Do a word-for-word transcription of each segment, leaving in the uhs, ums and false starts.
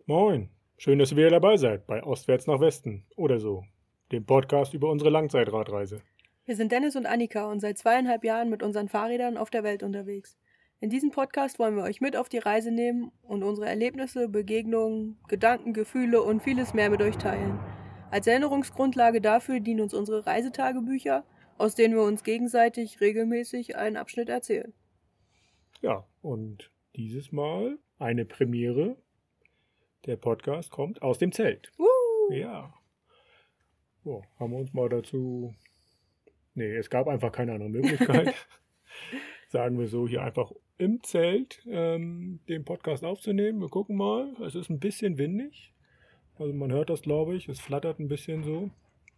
Moin, schön, dass ihr wieder dabei seid bei Ostwärts nach Westen oder so, dem Podcast über unsere Langzeitradreise. Wir sind Dennis und Annika und seit zweieinhalb Jahren mit unseren Fahrrädern auf der Welt unterwegs. In diesem Podcast wollen wir euch mit auf die Reise nehmen und unsere Erlebnisse, Begegnungen, Gedanken, Gefühle und vieles mehr mit euch teilen. Als Erinnerungsgrundlage dafür dienen uns unsere Reisetagebücher, aus denen wir uns gegenseitig regelmäßig einen Abschnitt erzählen. Ja, und dieses Mal eine Premiere. Der Podcast kommt aus dem Zelt. Uh! Ja. So, haben wir uns mal dazu... Nee, es gab einfach keine andere Möglichkeit. Sagen wir so, hier einfach im Zelt ähm, den Podcast aufzunehmen. Wir gucken mal. Es ist ein bisschen windig. Also man hört das, glaube ich. Es flattert ein bisschen so.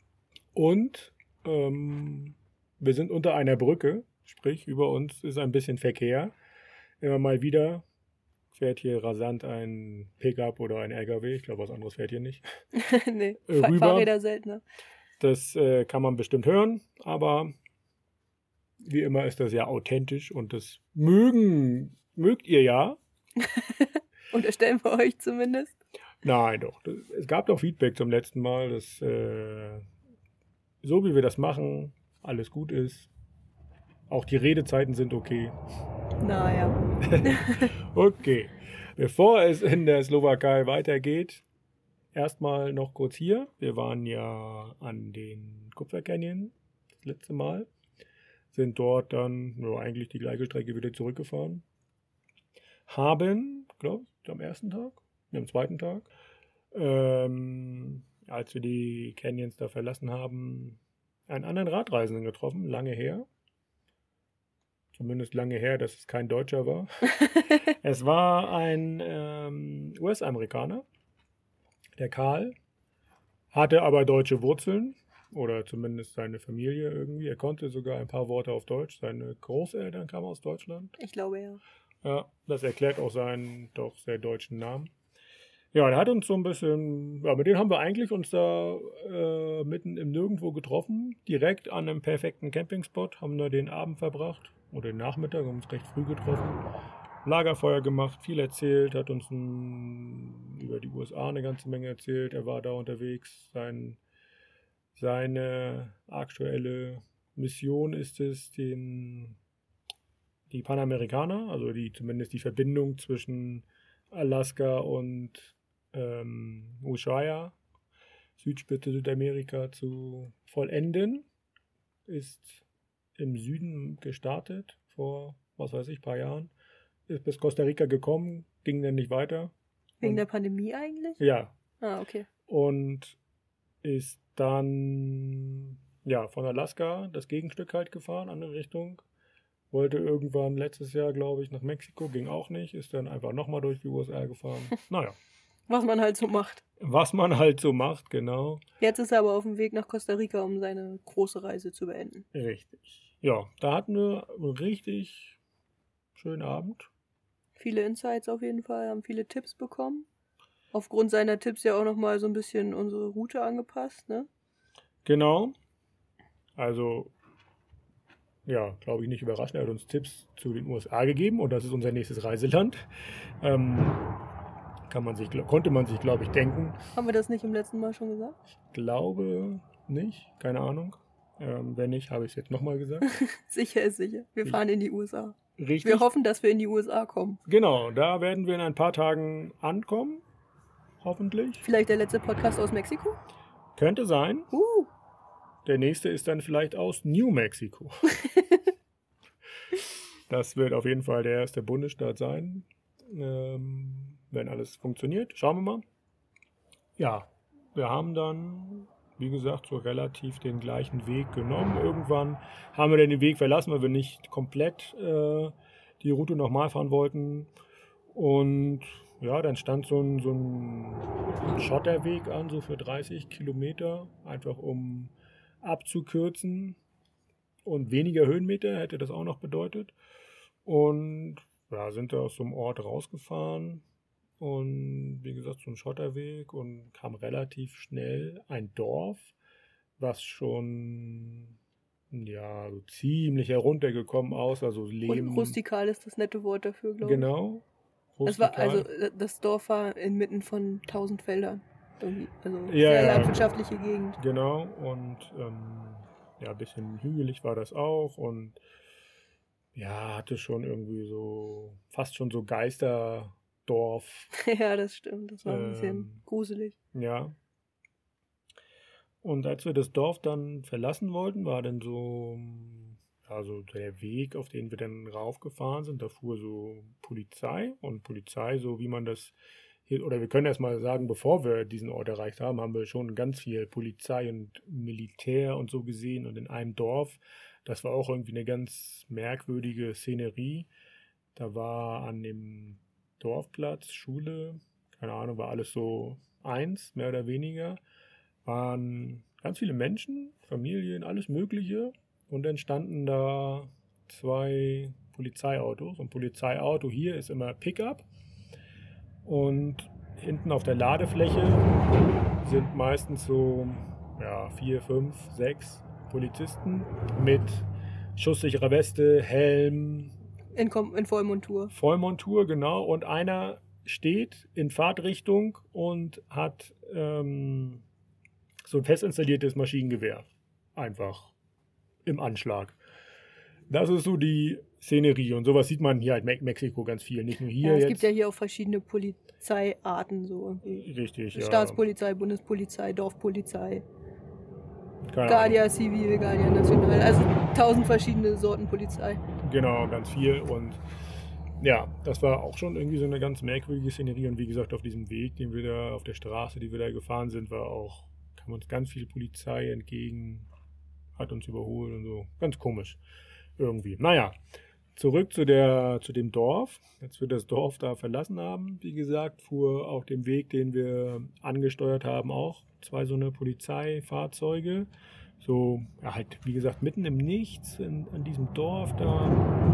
Und ähm, wir sind unter einer Brücke. Sprich, über uns ist ein bisschen Verkehr. Immer mal wieder fährt hier rasant ein Pickup oder ein L K W. Ich glaube, was anderes fährt hier nicht. nee, Äh, Fa- rüber. Fahrräder seltener. Das äh, kann man bestimmt hören, aber wie immer ist das ja authentisch und das mögen, mögt ihr ja. Unterstellen wir euch zumindest. Nein, doch. Das, es gab doch Feedback zum letzten Mal, dass äh, so wie wir das machen, alles gut ist. Auch die Redezeiten sind okay. Naja. Okay. Bevor es in der Slowakei weitergeht, erstmal noch kurz hier. Wir waren ja an den Kupfercanyon das letzte Mal. Sind dort dann ja, eigentlich die gleiche Strecke wieder zurückgefahren. Haben, glaube ich, am ersten Tag, am zweiten Tag, ähm, als wir die Canyons da verlassen haben, einen anderen Radreisenden getroffen, lange her. Zumindest lange her, dass es kein Deutscher war. Es war ein ähm, U S-Amerikaner, der Karl, hatte aber deutsche Wurzeln. Oder zumindest seine Familie irgendwie. Er konnte sogar ein paar Worte auf Deutsch. Seine Großeltern kamen aus Deutschland. Ich glaube ja. Ja, das erklärt auch seinen doch sehr deutschen Namen. Ja, der hat uns so ein bisschen, ja, mit dem haben wir eigentlich uns da äh, mitten im Nirgendwo getroffen. Direkt an einem perfekten Campingspot. Haben da den Abend verbracht. Oder den Nachmittag, haben uns recht früh getroffen. Lagerfeuer gemacht, viel erzählt, hat uns ein, über die U S A eine ganze Menge erzählt. Er war da unterwegs, sein... Seine aktuelle Mission ist es, den, die Panamerikaner, also die, zumindest die Verbindung zwischen Alaska und ähm, Ushuaia, Südspitze Südamerika, zu vollenden. Ist im Süden gestartet, vor, was weiß ich, ein paar Jahren. Ist bis Costa Rica gekommen, ging dann nicht weiter. Wegen und, der Pandemie eigentlich? Ja. Ah, okay. Und ist dann ja von Alaska das Gegenstück halt gefahren, andere Richtung. Wollte irgendwann letztes Jahr, glaube ich, nach Mexiko, ging auch nicht. Ist dann einfach nochmal durch die U S A gefahren. Naja. Was man halt so macht. Was man halt so macht, genau. Jetzt ist er aber auf dem Weg nach Costa Rica, um seine große Reise zu beenden. Richtig. Ja, da hatten wir einen richtig schönen Abend. Viele Insights auf jeden Fall, haben viele Tipps bekommen. Aufgrund seiner Tipps ja auch nochmal so ein bisschen unsere Route angepasst, ne? Genau. Also, ja, glaube ich nicht überraschend. Er hat uns Tipps zu den U S A gegeben und das ist unser nächstes Reiseland. Ähm, kann man sich, konnte man sich, glaube ich, denken. Haben wir das nicht im letzten Mal schon gesagt? Ich glaube nicht, keine Ahnung. Ähm, wenn nicht, habe ich es jetzt nochmal gesagt. Sicher ist sicher. Wir fahren in die U S A. Richtig. Wir hoffen, dass wir in die U S A kommen. Genau, da werden wir in ein paar Tagen ankommen. Hoffentlich. Vielleicht der letzte Podcast aus Mexiko? Könnte sein. Uh. Der nächste ist dann vielleicht aus New Mexico. Das wird auf jeden Fall der erste Bundesstaat sein, ähm, wenn alles funktioniert. Schauen wir mal. Ja, wir haben dann, wie gesagt, so relativ den gleichen Weg genommen. Irgendwann haben wir dann den Weg verlassen, weil wir nicht komplett äh, die Route nochmal fahren wollten. Und ja, dann stand so ein, so ein Schotterweg an, so für dreißig Kilometer, einfach um abzukürzen. Und weniger Höhenmeter hätte das auch noch bedeutet. Und ja, sind da aus so einem Ort rausgefahren. Und wie gesagt, so ein Schotterweg und kam relativ schnell ein Dorf, was schon ja so ziemlich heruntergekommen aus, also Lehm. Rustikal ist das nette Wort dafür, glaube ich. Genau, Das war, rustikal. also äh, das Dorf war inmitten von tausend Feldern. Irgendwie. Also Ja, sehr ja. landwirtschaftliche Gegend. Genau, und ähm, ja, ein bisschen hügelig war das auch und ja, hatte schon irgendwie so, fast schon so Geisterdorf. Ja, das stimmt. Das war ein bisschen Ähm, gruselig. ja. Und als wir das Dorf dann verlassen wollten, war dann so, also der Weg, auf den wir dann raufgefahren sind, da fuhr so Polizei und Polizei, so wie man das hier, oder wir können erst mal sagen, bevor wir diesen Ort erreicht haben, haben wir schon ganz viel Polizei und Militär und so gesehen und in einem Dorf, das war auch irgendwie eine ganz merkwürdige Szenerie. Da war an dem Dorfplatz, Schule, keine Ahnung, war alles so eins, mehr oder weniger, waren ganz viele Menschen, Familien, alles Mögliche. Und dann standen da zwei Polizeiautos. Und Polizeiauto hier ist immer Pickup. Und hinten auf der Ladefläche sind meistens so ja, vier, fünf, sechs Polizisten mit schusssicherer Weste, Helm, In, Kom in Vollmontur. Vollmontur, genau. Und einer steht in Fahrtrichtung und hat ähm, so ein fest installiertes Maschinengewehr. Einfach im Anschlag. Das ist so die Szenerie. Und sowas sieht man hier halt in Mexiko ganz viel. Nicht nur hier Ja, es jetzt. gibt ja hier auch verschiedene Polizeiarten. So irgendwie. Richtig, ja. Staatspolizei, Bundespolizei, Dorfpolizei, Keine Guardia Ahnung. Civil, Guardia National. Also tausend verschiedene Sorten Polizei. Genau, ganz viel. Und ja, das war auch schon irgendwie so eine ganz merkwürdige Szenerie. Und wie gesagt, auf diesem Weg, den wir da, auf der Straße, die wir da gefahren sind, war auch, kam uns ganz viel Polizei entgegen, hat uns überholt und so. Ganz komisch. Irgendwie. Naja, zurück zu, der, zu dem Dorf. Als wir das Dorf da verlassen haben, wie gesagt, fuhr auf dem Weg, den wir angesteuert haben, auch zwei so eine Polizeifahrzeuge. So, ja, halt, wie gesagt, mitten im Nichts, in, an diesem Dorf da.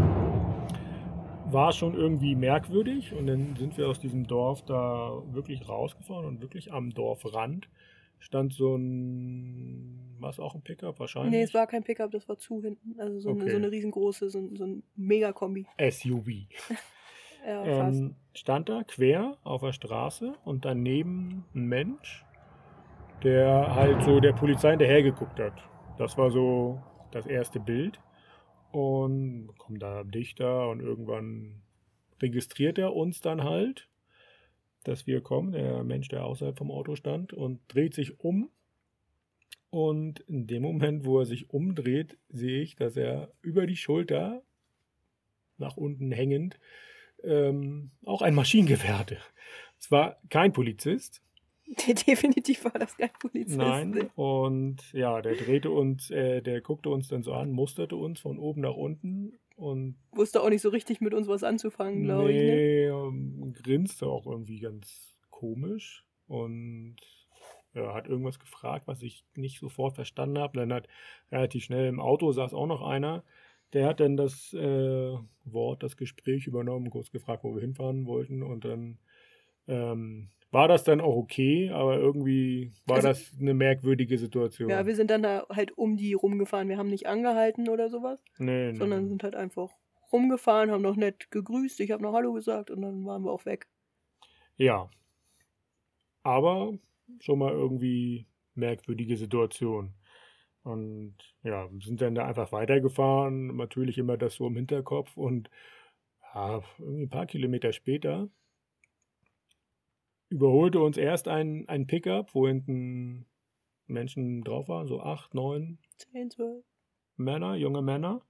War schon irgendwie merkwürdig. Und dann sind wir aus diesem Dorf da wirklich rausgefahren und wirklich am Dorfrand stand so ein, war es auch ein Pickup wahrscheinlich? Nee, es war kein Pickup, das war zu hinten. Also so, eine, Okay. so eine riesengroße, so ein, so ein Megakombi. S U V. Ja, fast. ähm, stand da quer auf der Straße und daneben ein Mensch, der halt so der Polizei hinterher geguckt hat. Das war so das erste Bild. Und kommt da dichter und irgendwann registriert er uns dann halt, dass wir kommen, der Mensch, der außerhalb vom Auto stand, und dreht sich um. Und in dem Moment, wo er sich umdreht, sehe ich, dass er über die Schulter, nach unten hängend, ähm, auch ein Maschinengewehr hatte. Es war kein Polizist. Definitiv war das kein Polizist. Nein, und ja, der drehte uns, äh, der guckte uns dann so an, musterte uns von oben nach unten und Wusste auch nicht so richtig mit uns was anzufangen, glaube ich. Ne? nee, ähm, grinste auch irgendwie ganz komisch und ja, hat irgendwas gefragt, was ich nicht sofort verstanden habe. Dann hat relativ schnell im Auto saß auch noch einer, der hat dann das äh, Wort, das Gespräch übernommen, kurz gefragt, wo wir hinfahren wollten und dann ähm, war das dann auch okay, aber irgendwie war Also- das eine merkwürdige Situation. Ja, wir sind dann da halt um die rumgefahren. Wir haben nicht angehalten oder sowas, nee, nee, sondern nee. sind halt einfach rumgefahren, haben noch nett gegrüßt. Ich habe noch Hallo gesagt und dann waren wir auch weg. Ja. Aber schon mal irgendwie merkwürdige Situation. Und ja, sind dann da einfach weitergefahren, natürlich immer das so im Hinterkopf und ja, irgendwie ein paar Kilometer später überholte uns erst ein, ein Pickup, wo hinten Menschen drauf waren, so acht, neun zehn, zwölf. Männer, junge Männer.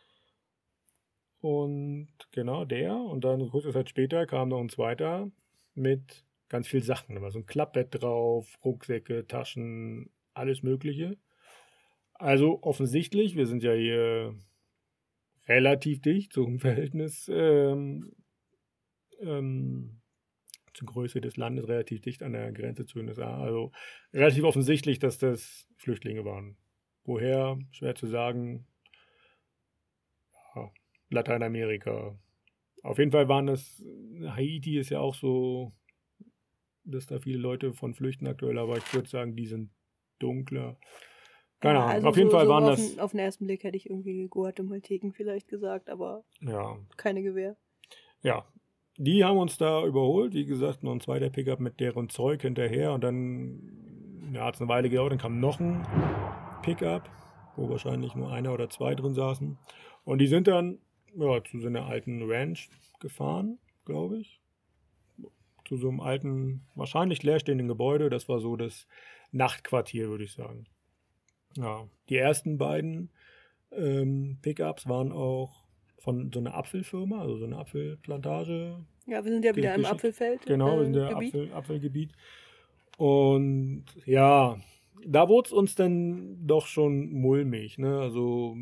Und genau der. Und dann kurze Zeit später kam noch ein zweiter mit ganz viel Sachen. Da war so ein Klappbett drauf, Rucksäcke, Taschen, alles Mögliche. Also offensichtlich, wir sind ja hier relativ dicht, so im Verhältnis ähm, ähm, zur Größe des Landes, relativ dicht an der Grenze zu den U S A. Also relativ offensichtlich, dass das Flüchtlinge waren. Woher? Schwer zu sagen. Ja, Lateinamerika. Auf jeden Fall waren das, Haiti ist ja auch so, dass da viele Leute von flüchten aktuell, aber ich würde sagen, die sind dunkler. Keine Ja, Ahnung. also Auf jeden so, Fall so waren auf, das, den- auf den ersten Blick hätte ich irgendwie Guatemalteken vielleicht gesagt, aber ja, keine Gewehr. ja. die haben uns da überholt. Wie gesagt, noch ein zweiter Pickup mit deren Zeug hinterher. Und dann ja, hat es eine Weile gedauert. Dann kam noch ein Pickup, wo wahrscheinlich nur einer oder zwei drin saßen. Und die sind dann ja, zu so einer alten Ranch gefahren, glaube ich. Zu so einem alten, wahrscheinlich leerstehenden Gebäude. Das war so das Nachtquartier, würde ich sagen. Ja, die ersten beiden ähm, Pickups waren auch von so einer Apfelfirma, also so eine Apfelplantage. Ja, wir sind ja wieder im geschickt. Apfelfeld. Genau, wir sind äh, ja Gebiet. Apfel, Apfelgebiet. Und ja, da wurde es uns dann doch schon mulmig. Ne? Also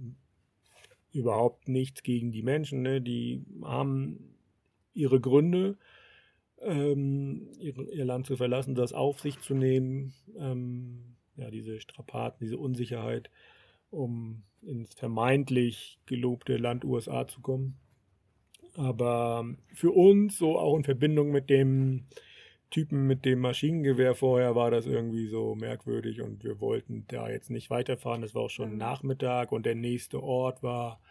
überhaupt nichts gegen die Menschen. Ne? Die haben ihre Gründe, ähm, ihr, ihr Land zu verlassen, das auf sich zu nehmen. Ähm, ja, diese Strapazen, diese Unsicherheit, um ins vermeintlich gelobte Land U S A zu kommen. Aber für uns, so auch in Verbindung mit dem Typen mit dem Maschinengewehr vorher, war das irgendwie so merkwürdig und wir wollten da jetzt nicht weiterfahren. Es war auch schon Mhm. Nachmittag und der nächste Ort war,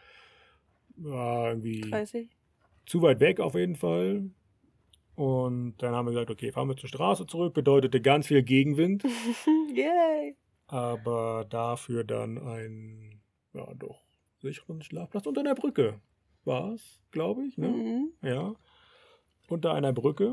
war irgendwie dreißig. zu weit weg auf jeden Fall. Und dann haben wir gesagt, okay, fahren wir zur Straße zurück. Bedeutete ganz viel Gegenwind, Yay! aber dafür dann einen, ja doch, sicheren Schlafplatz unter einer Brücke war es, glaube ich, ne? Mhm. Ja, unter einer Brücke.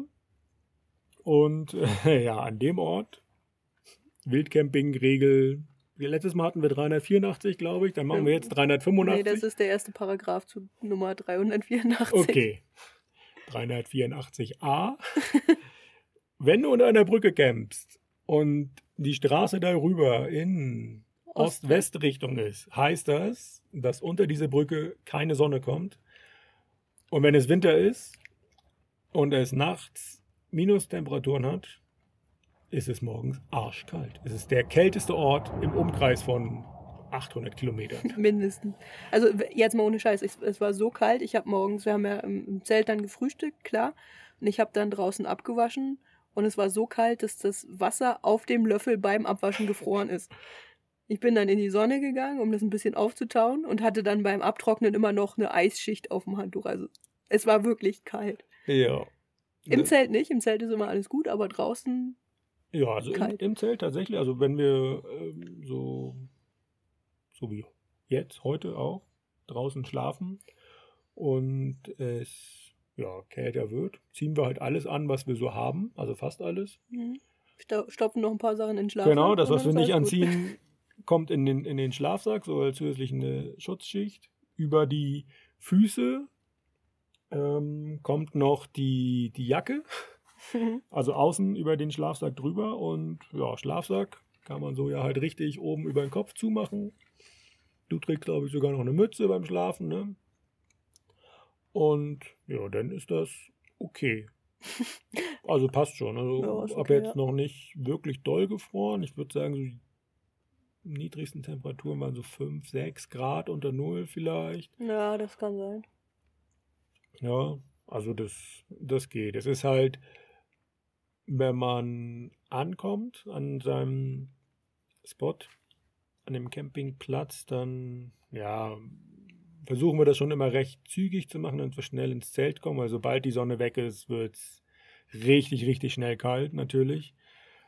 Und äh, ja, an dem Ort, Wildcamping-Regel, letztes Mal hatten wir dreihundertvierundachtzig, glaube ich, dann machen wir jetzt Nee, dreihundertfünfundachtzig. das ist der erste Paragraph zu Nummer dreihundertvierundachtzig. Okay, dreihundertvierundachtzig a. Wenn du unter einer Brücke campst und die Straße darüber in Ost-West-Richtung ist, heißt das, dass unter diese Brücke keine Sonne kommt. Und wenn es Winter ist und es nachts Minustemperaturen hat, ist es morgens arschkalt. Es ist der kälteste Ort im Umkreis von achthundert Kilometern. Mindestens. Also w- jetzt mal ohne Scheiß, ich, es war so kalt, ich habe morgens, wir haben ja im, im Zelt dann gefrühstückt, klar, und ich habe dann draußen abgewaschen und es war so kalt, dass das Wasser auf dem Löffel beim Abwaschen gefroren ist. Ich bin dann in die Sonne gegangen, um das ein bisschen aufzutauen und hatte dann beim Abtrocknen immer noch eine Eisschicht auf dem Handtuch. Also es war wirklich kalt. Ja. Im Ne- Zelt nicht, im Zelt ist immer alles gut, aber draußen, Ja, also im, kalt. im Zelt tatsächlich. Also wenn wir ähm, so, so wie jetzt, heute auch, draußen schlafen und es ja, kälter wird, ziehen wir halt alles an, was wir so haben. Also fast alles. mhm, sto- stopfen noch ein paar Sachen in den Schlafsack. Genau, das, und was dann wir ist nicht alles gut. anziehen, kommt in den, in den Schlafsack, so als zusätzliche Schutzschicht. Über die Füße ähm, kommt noch die, die Jacke, also außen über den Schlafsack drüber. Und ja, Schlafsack kann man so ja halt richtig oben über den Kopf zumachen. Du trägst, glaube ich, sogar noch eine Mütze beim Schlafen, ne? Und ja, dann ist das okay. Also passt schon. Also Ja, ist ab okay, jetzt ja. noch nicht wirklich doll gefroren. Ich würde sagen, so die niedrigsten Temperaturen waren so fünf, sechs Grad unter Null vielleicht. Ja, das kann sein. Ja, also das, das geht. Es ist halt, wenn man ankommt an seinem Spot, an dem Campingplatz, dann ja, versuchen wir das schon immer recht zügig zu machen, dass wir schnell ins Zelt kommen, weil sobald die Sonne weg ist, wird es richtig, richtig schnell kalt natürlich.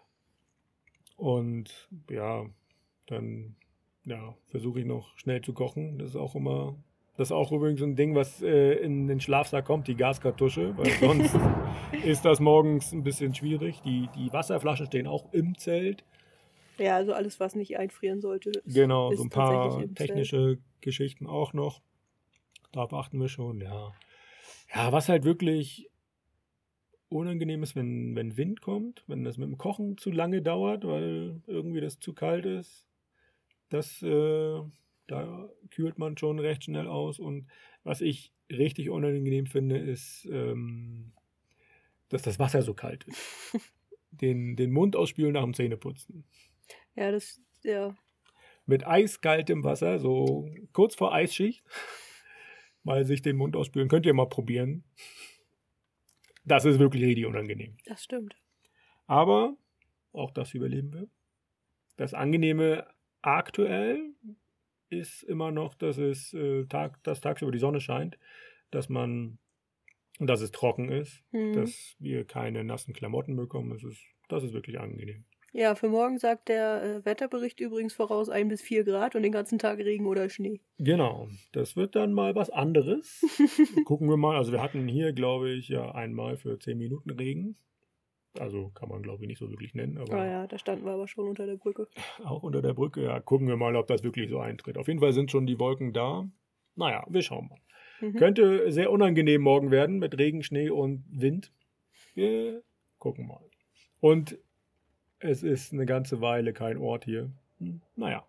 Und ja, dann ja, versuche ich noch schnell zu kochen. Das ist auch immer, das ist auch übrigens ein Ding, was äh, in den Schlafsack kommt, die Gaskartusche, weil sonst ist das morgens ein bisschen schwierig. Die, die Wasserflaschen stehen auch im Zelt. Ja, also alles, was nicht einfrieren sollte, ist, Genau, ist so ein tatsächlich paar im technische Geschichten auch noch. Darauf achten wir schon, ja. Ja, was halt wirklich unangenehm ist, wenn, wenn Wind kommt, wenn das mit dem Kochen zu lange dauert, weil irgendwie das zu kalt ist. Das, äh, da kühlt man schon recht schnell aus. Und was ich richtig unangenehm finde, ist, ähm, dass das Wasser so kalt ist. Den, den Mund ausspülen nach dem Zähneputzen. Ja, das, ja. Mit eiskaltem Wasser, so kurz vor Eisschicht, mal sich den Mund ausspülen. Könnt ihr mal probieren. Das ist wirklich richtig unangenehm. Das stimmt. Aber auch das überleben wir. Das Angenehme aktuell ist immer noch, dass es äh, Tag, dass tagsüber die Sonne scheint, dass man Und dass es trocken ist, Mhm. dass wir keine nassen Klamotten bekommen. Das ist, das ist wirklich angenehm. Ja, für morgen sagt der äh, Wetterbericht übrigens voraus ein bis vier Grad und den ganzen Tag Regen oder Schnee. Genau, das wird dann mal was anderes. Gucken wir mal. Also wir hatten hier, glaube ich, ja einmal für zehn Minuten Regen. Also kann man, glaube ich, nicht so wirklich nennen. Aber Ah ja, da standen wir aber schon unter der Brücke. auch unter der Brücke. Ja, gucken wir mal, ob das wirklich so eintritt. Auf jeden Fall sind schon die Wolken da. Naja, wir schauen mal. Mhm. Könnte sehr unangenehm morgen werden mit Regen, Schnee und Wind. Wir gucken mal. Und es ist eine ganze Weile kein Ort hier. Hm, naja.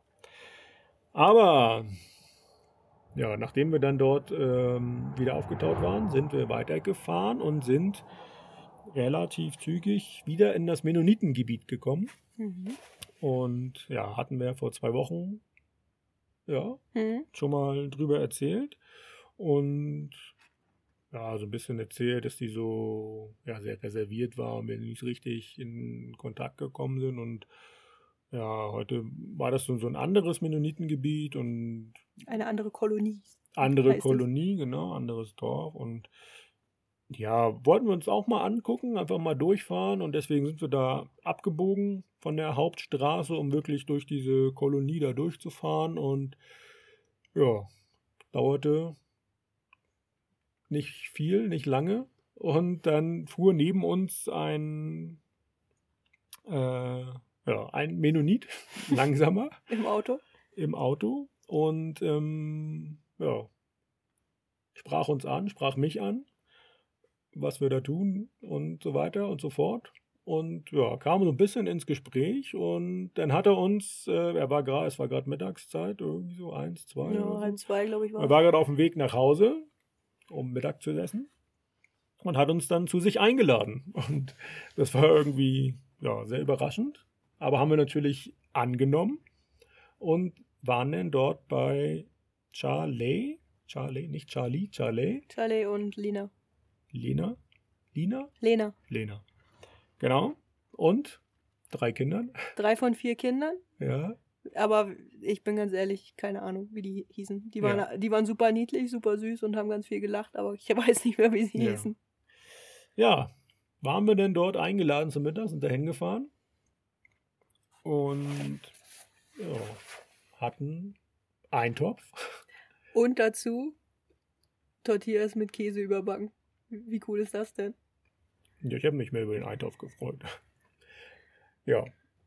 Aber ja, nachdem wir dann dort ähm, wieder aufgetaut waren, sind wir weitergefahren und sind relativ zügig wieder in das Mennonitengebiet gekommen. Mhm. Und ja, hatten wir vor zwei Wochen ja, Mhm. schon mal drüber erzählt. Und ja, so ein bisschen erzählt, dass die so ja, sehr reserviert war und wir nicht richtig in Kontakt gekommen sind. Und ja, heute war das so, so ein anderes Mennonitengebiet und Eine andere Kolonie. andere heißt es. Kolonie, genau, anderes Dorf. Und ja, wollten wir uns auch mal angucken, einfach mal durchfahren. Und deswegen sind wir da abgebogen von der Hauptstraße, um wirklich durch diese Kolonie da durchzufahren. Und ja, dauerte nicht viel, nicht lange. Und dann fuhr neben uns ein, äh, ja, ein Mennonit, langsamer, Im Auto. im Auto und ähm, ja, sprach uns an, sprach mich an, was wir da tun und so weiter und so fort. Und ja, kam so ein bisschen ins Gespräch und dann hat er uns, äh, er war gerade, es war gerade Mittagszeit, irgendwie so eins, zwei Ja, oder halb so. zwei, glaube ich, Er war. war gerade auf dem Weg nach Hause, um Mittag zu essen. Und hat uns dann zu sich eingeladen. Und das war irgendwie ja, sehr überraschend. Aber haben wir natürlich angenommen und waren dann dort bei Charlie. Charlie, nicht Charlie, Charlie. Charlie und Lina. Lena. Lina? Lena. Lena. Genau. Und drei Kindern. Drei von vier Kindern. Ja. Aber ich bin ganz ehrlich, keine Ahnung, wie die hießen. Die waren, Ja. die waren super niedlich, super süß und haben ganz viel gelacht, aber ich weiß nicht mehr, wie sie Ja. hießen. Ja, waren wir denn dort eingeladen zum Mittag, sind da hingefahren und ja, hatten Eintopf. Und dazu Tortillas mit Käse überbacken. Wie cool ist das denn? Ja, ich habe mich mehr über den Eintopf gefreut. Ja.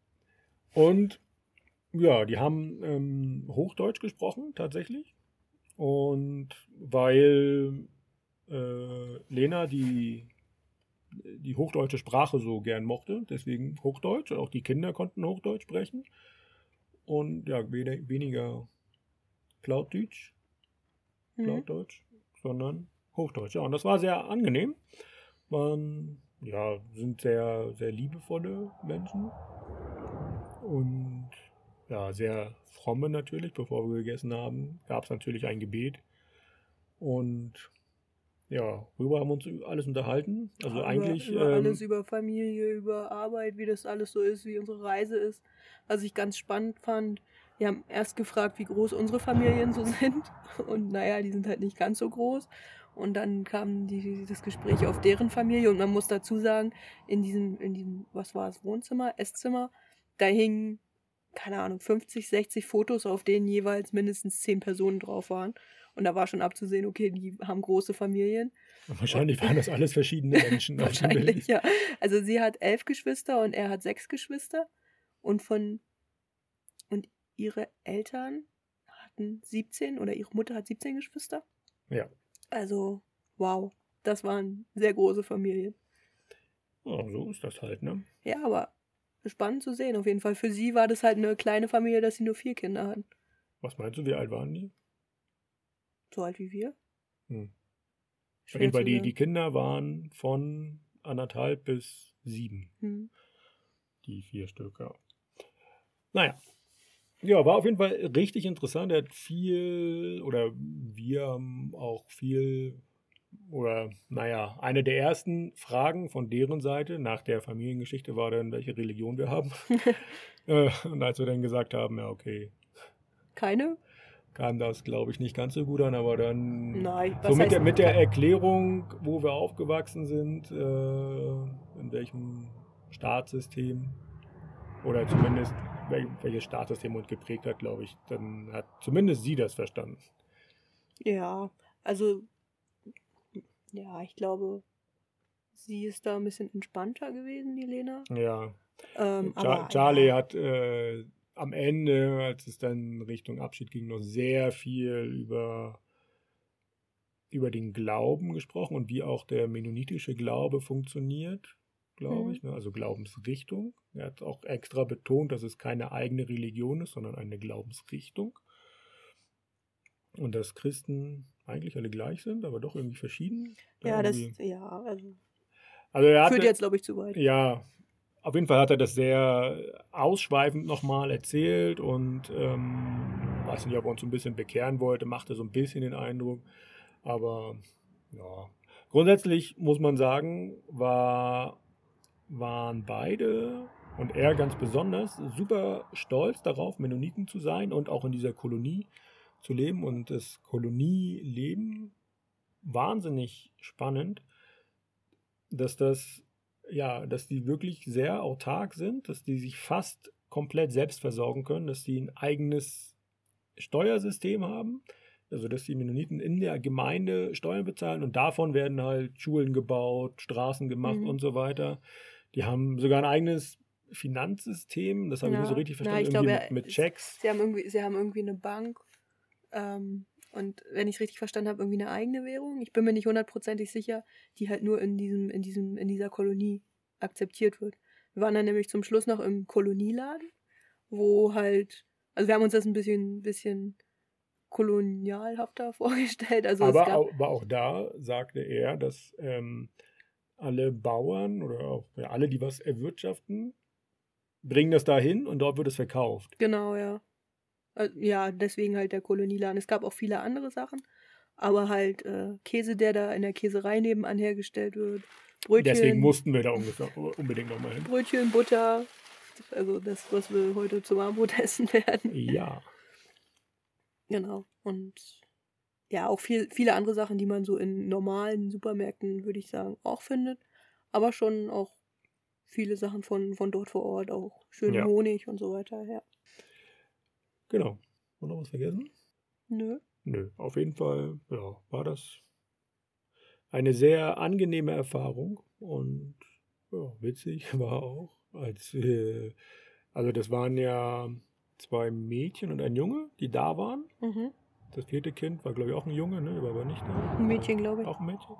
Und ja, die haben ähm, Hochdeutsch gesprochen, tatsächlich. Und weil äh, Lena die, die hochdeutsche Sprache so gern mochte, deswegen Hochdeutsch, auch die Kinder konnten Hochdeutsch sprechen. Und ja, we- weniger Plattdeutsch, Mhm. Plattdeutsch, sondern Hochdeutsch. Ja, und das war sehr angenehm. Man, ja, sind sehr, sehr liebevolle Menschen. Und ja, sehr fromme natürlich. Bevor wir gegessen haben, gab es natürlich ein Gebet. Und ja, worüber haben wir uns alles unterhalten. Also Ja, eigentlich. Über, über ähm, alles, über Familie, über Arbeit, wie das alles so ist, wie unsere Reise ist. Was ich ganz spannend fand, wir haben erst gefragt, wie groß unsere Familien so sind. Und naja, die sind halt nicht ganz so groß. Und dann kam die, das Gespräch auf deren Familie. Und man muss dazu sagen, in diesem, in diesem, was war es, Wohnzimmer, Esszimmer, da hingen, keine Ahnung, fünfzig, sechzig Fotos, auf denen jeweils mindestens zehn Personen drauf waren. Und da war schon abzusehen, okay, die haben große Familien. Wahrscheinlich waren das alles verschiedene Menschen. auf dem Wahrscheinlich, Bild. ja. Also sie hat elf Geschwister und er hat sechs Geschwister. Und von und ihre Eltern hatten siebzehn oder ihre Mutter hat siebzehn Geschwister. Ja. Also, wow, das waren sehr große Familien. Ja, so ist das halt, ne? Ja, aber spannend zu sehen auf jeden Fall. Für sie war das halt eine kleine Familie, dass sie nur vier Kinder hatten. Was meinst du, wie alt waren die? So alt wie wir. Hm. Auf Schwer jeden Fall, zu die, sagen. die Kinder waren von anderthalb bis sieben. Hm. Die vier Stück, ja. Naja. Ja, war auf jeden Fall richtig interessant. Er hat viel, oder wir haben auch viel, oder naja, eine der ersten Fragen von deren Seite nach der Familiengeschichte war dann, welche Religion wir haben. äh, und als wir dann gesagt haben, ja, okay, Keine? kam das, glaube ich, nicht ganz so gut an, aber dann Nein, so was mit der, heißt, mit der ka- Erklärung, wo wir aufgewachsen sind, äh, in welchem Staatssystem oder zumindest wel welches Staatssystem uns geprägt hat, glaube ich, dann hat zumindest sie das verstanden. ja, also, ja, ich glaube, sie ist da ein bisschen entspannter gewesen, die Lena. Ja, Ähm, Char aber Charlie ja, hat äh, am Ende, als es dann Richtung Abschied ging, noch sehr viel über über den Glauben gesprochen und wie auch der mennonitische Glaube funktioniert, glaube hm, ich, ne? Also Glaubensrichtung. Er hat auch extra betont, dass es keine eigene Religion ist, sondern eine Glaubensrichtung. Und dass Christen eigentlich alle gleich sind, aber doch irgendwie verschieden. Da ja, das, irgendwie. ja, also, Also er führt hatte, jetzt, glaube ich, zu weit. ja, auf jeden Fall hat er das sehr ausschweifend nochmal erzählt und ähm, weiß nicht, ob er uns so ein bisschen bekehren wollte, machte so ein bisschen den Eindruck. Aber ja, grundsätzlich muss man sagen, war, waren beide und er ganz besonders super stolz darauf, Mennoniten zu sein und auch in dieser Kolonie zu leben. Und das Kolonieleben wahnsinnig spannend, dass das, ja, dass die wirklich sehr autark sind, dass die sich fast komplett selbst versorgen können, dass die ein eigenes Steuersystem haben, also dass die Mennoniten in der Gemeinde Steuern bezahlen und davon werden halt Schulen gebaut, Straßen gemacht Mhm. und so weiter. Die haben sogar ein eigenes Finanzsystem, das habe ich nicht so Ja, richtig na, verstanden, ich irgendwie glaube, mit, er- mit es- Checks. sie haben irgendwie, sie haben irgendwie eine Bank ähm, und wenn ich es richtig verstanden habe, irgendwie eine eigene Währung. Ich bin mir nicht hundertprozentig sicher, die halt nur in diesem, in diesem, in dieser Kolonie akzeptiert wird. Wir waren dann nämlich zum Schluss noch im Kolonieladen, wo halt, also wir haben uns das ein bisschen, bisschen kolonialhafter vorgestellt. Also es Aber, gab, au- aber auch da sagte er, dass ähm, alle Bauern oder auch ja, alle, die was erwirtschaften, bringen das dahin und dort wird es verkauft. genau, ja. Äh, Ja, deswegen halt der Kolonieladen. Es gab auch viele andere Sachen, aber halt äh, Käse, der da in der Käserei nebenan hergestellt wird, Deswegen Brötchen, mussten wir da ungefähr unbedingt nochmal hin. Brötchen, Butter, also das, was wir heute zum Abendbrot essen werden. Ja, Genau. Und ja, auch viel, viele andere Sachen, die man so in normalen Supermärkten, würde ich sagen, auch findet. Aber schon auch viele Sachen von, von dort vor Ort, auch schönen ja, Honig und so weiter, ja. genau. Und noch was vergessen? Nö. Nö, auf jeden Fall, ja, war das eine sehr angenehme Erfahrung und ja, witzig war auch, als wir, also das waren ja zwei Mädchen und ein Junge, die da waren. Mhm. Das vierte Kind war, glaube ich, auch ein Junge, ne? Der war aber nicht da. Ein Mädchen, glaube ich. Auch ein Mädchen.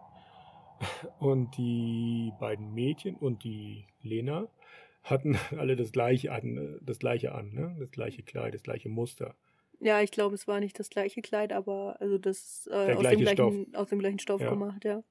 Und die beiden Mädchen und die Lena hatten alle das gleiche an, das gleiche an, ne? Das gleiche Kleid, das gleiche Muster, Ja, ich glaube, es war nicht das gleiche Kleid, aber also das äh, der aus dem gleiche Stoff. gleichen, aus dem gleichen Stoff Ja. gemacht, ja.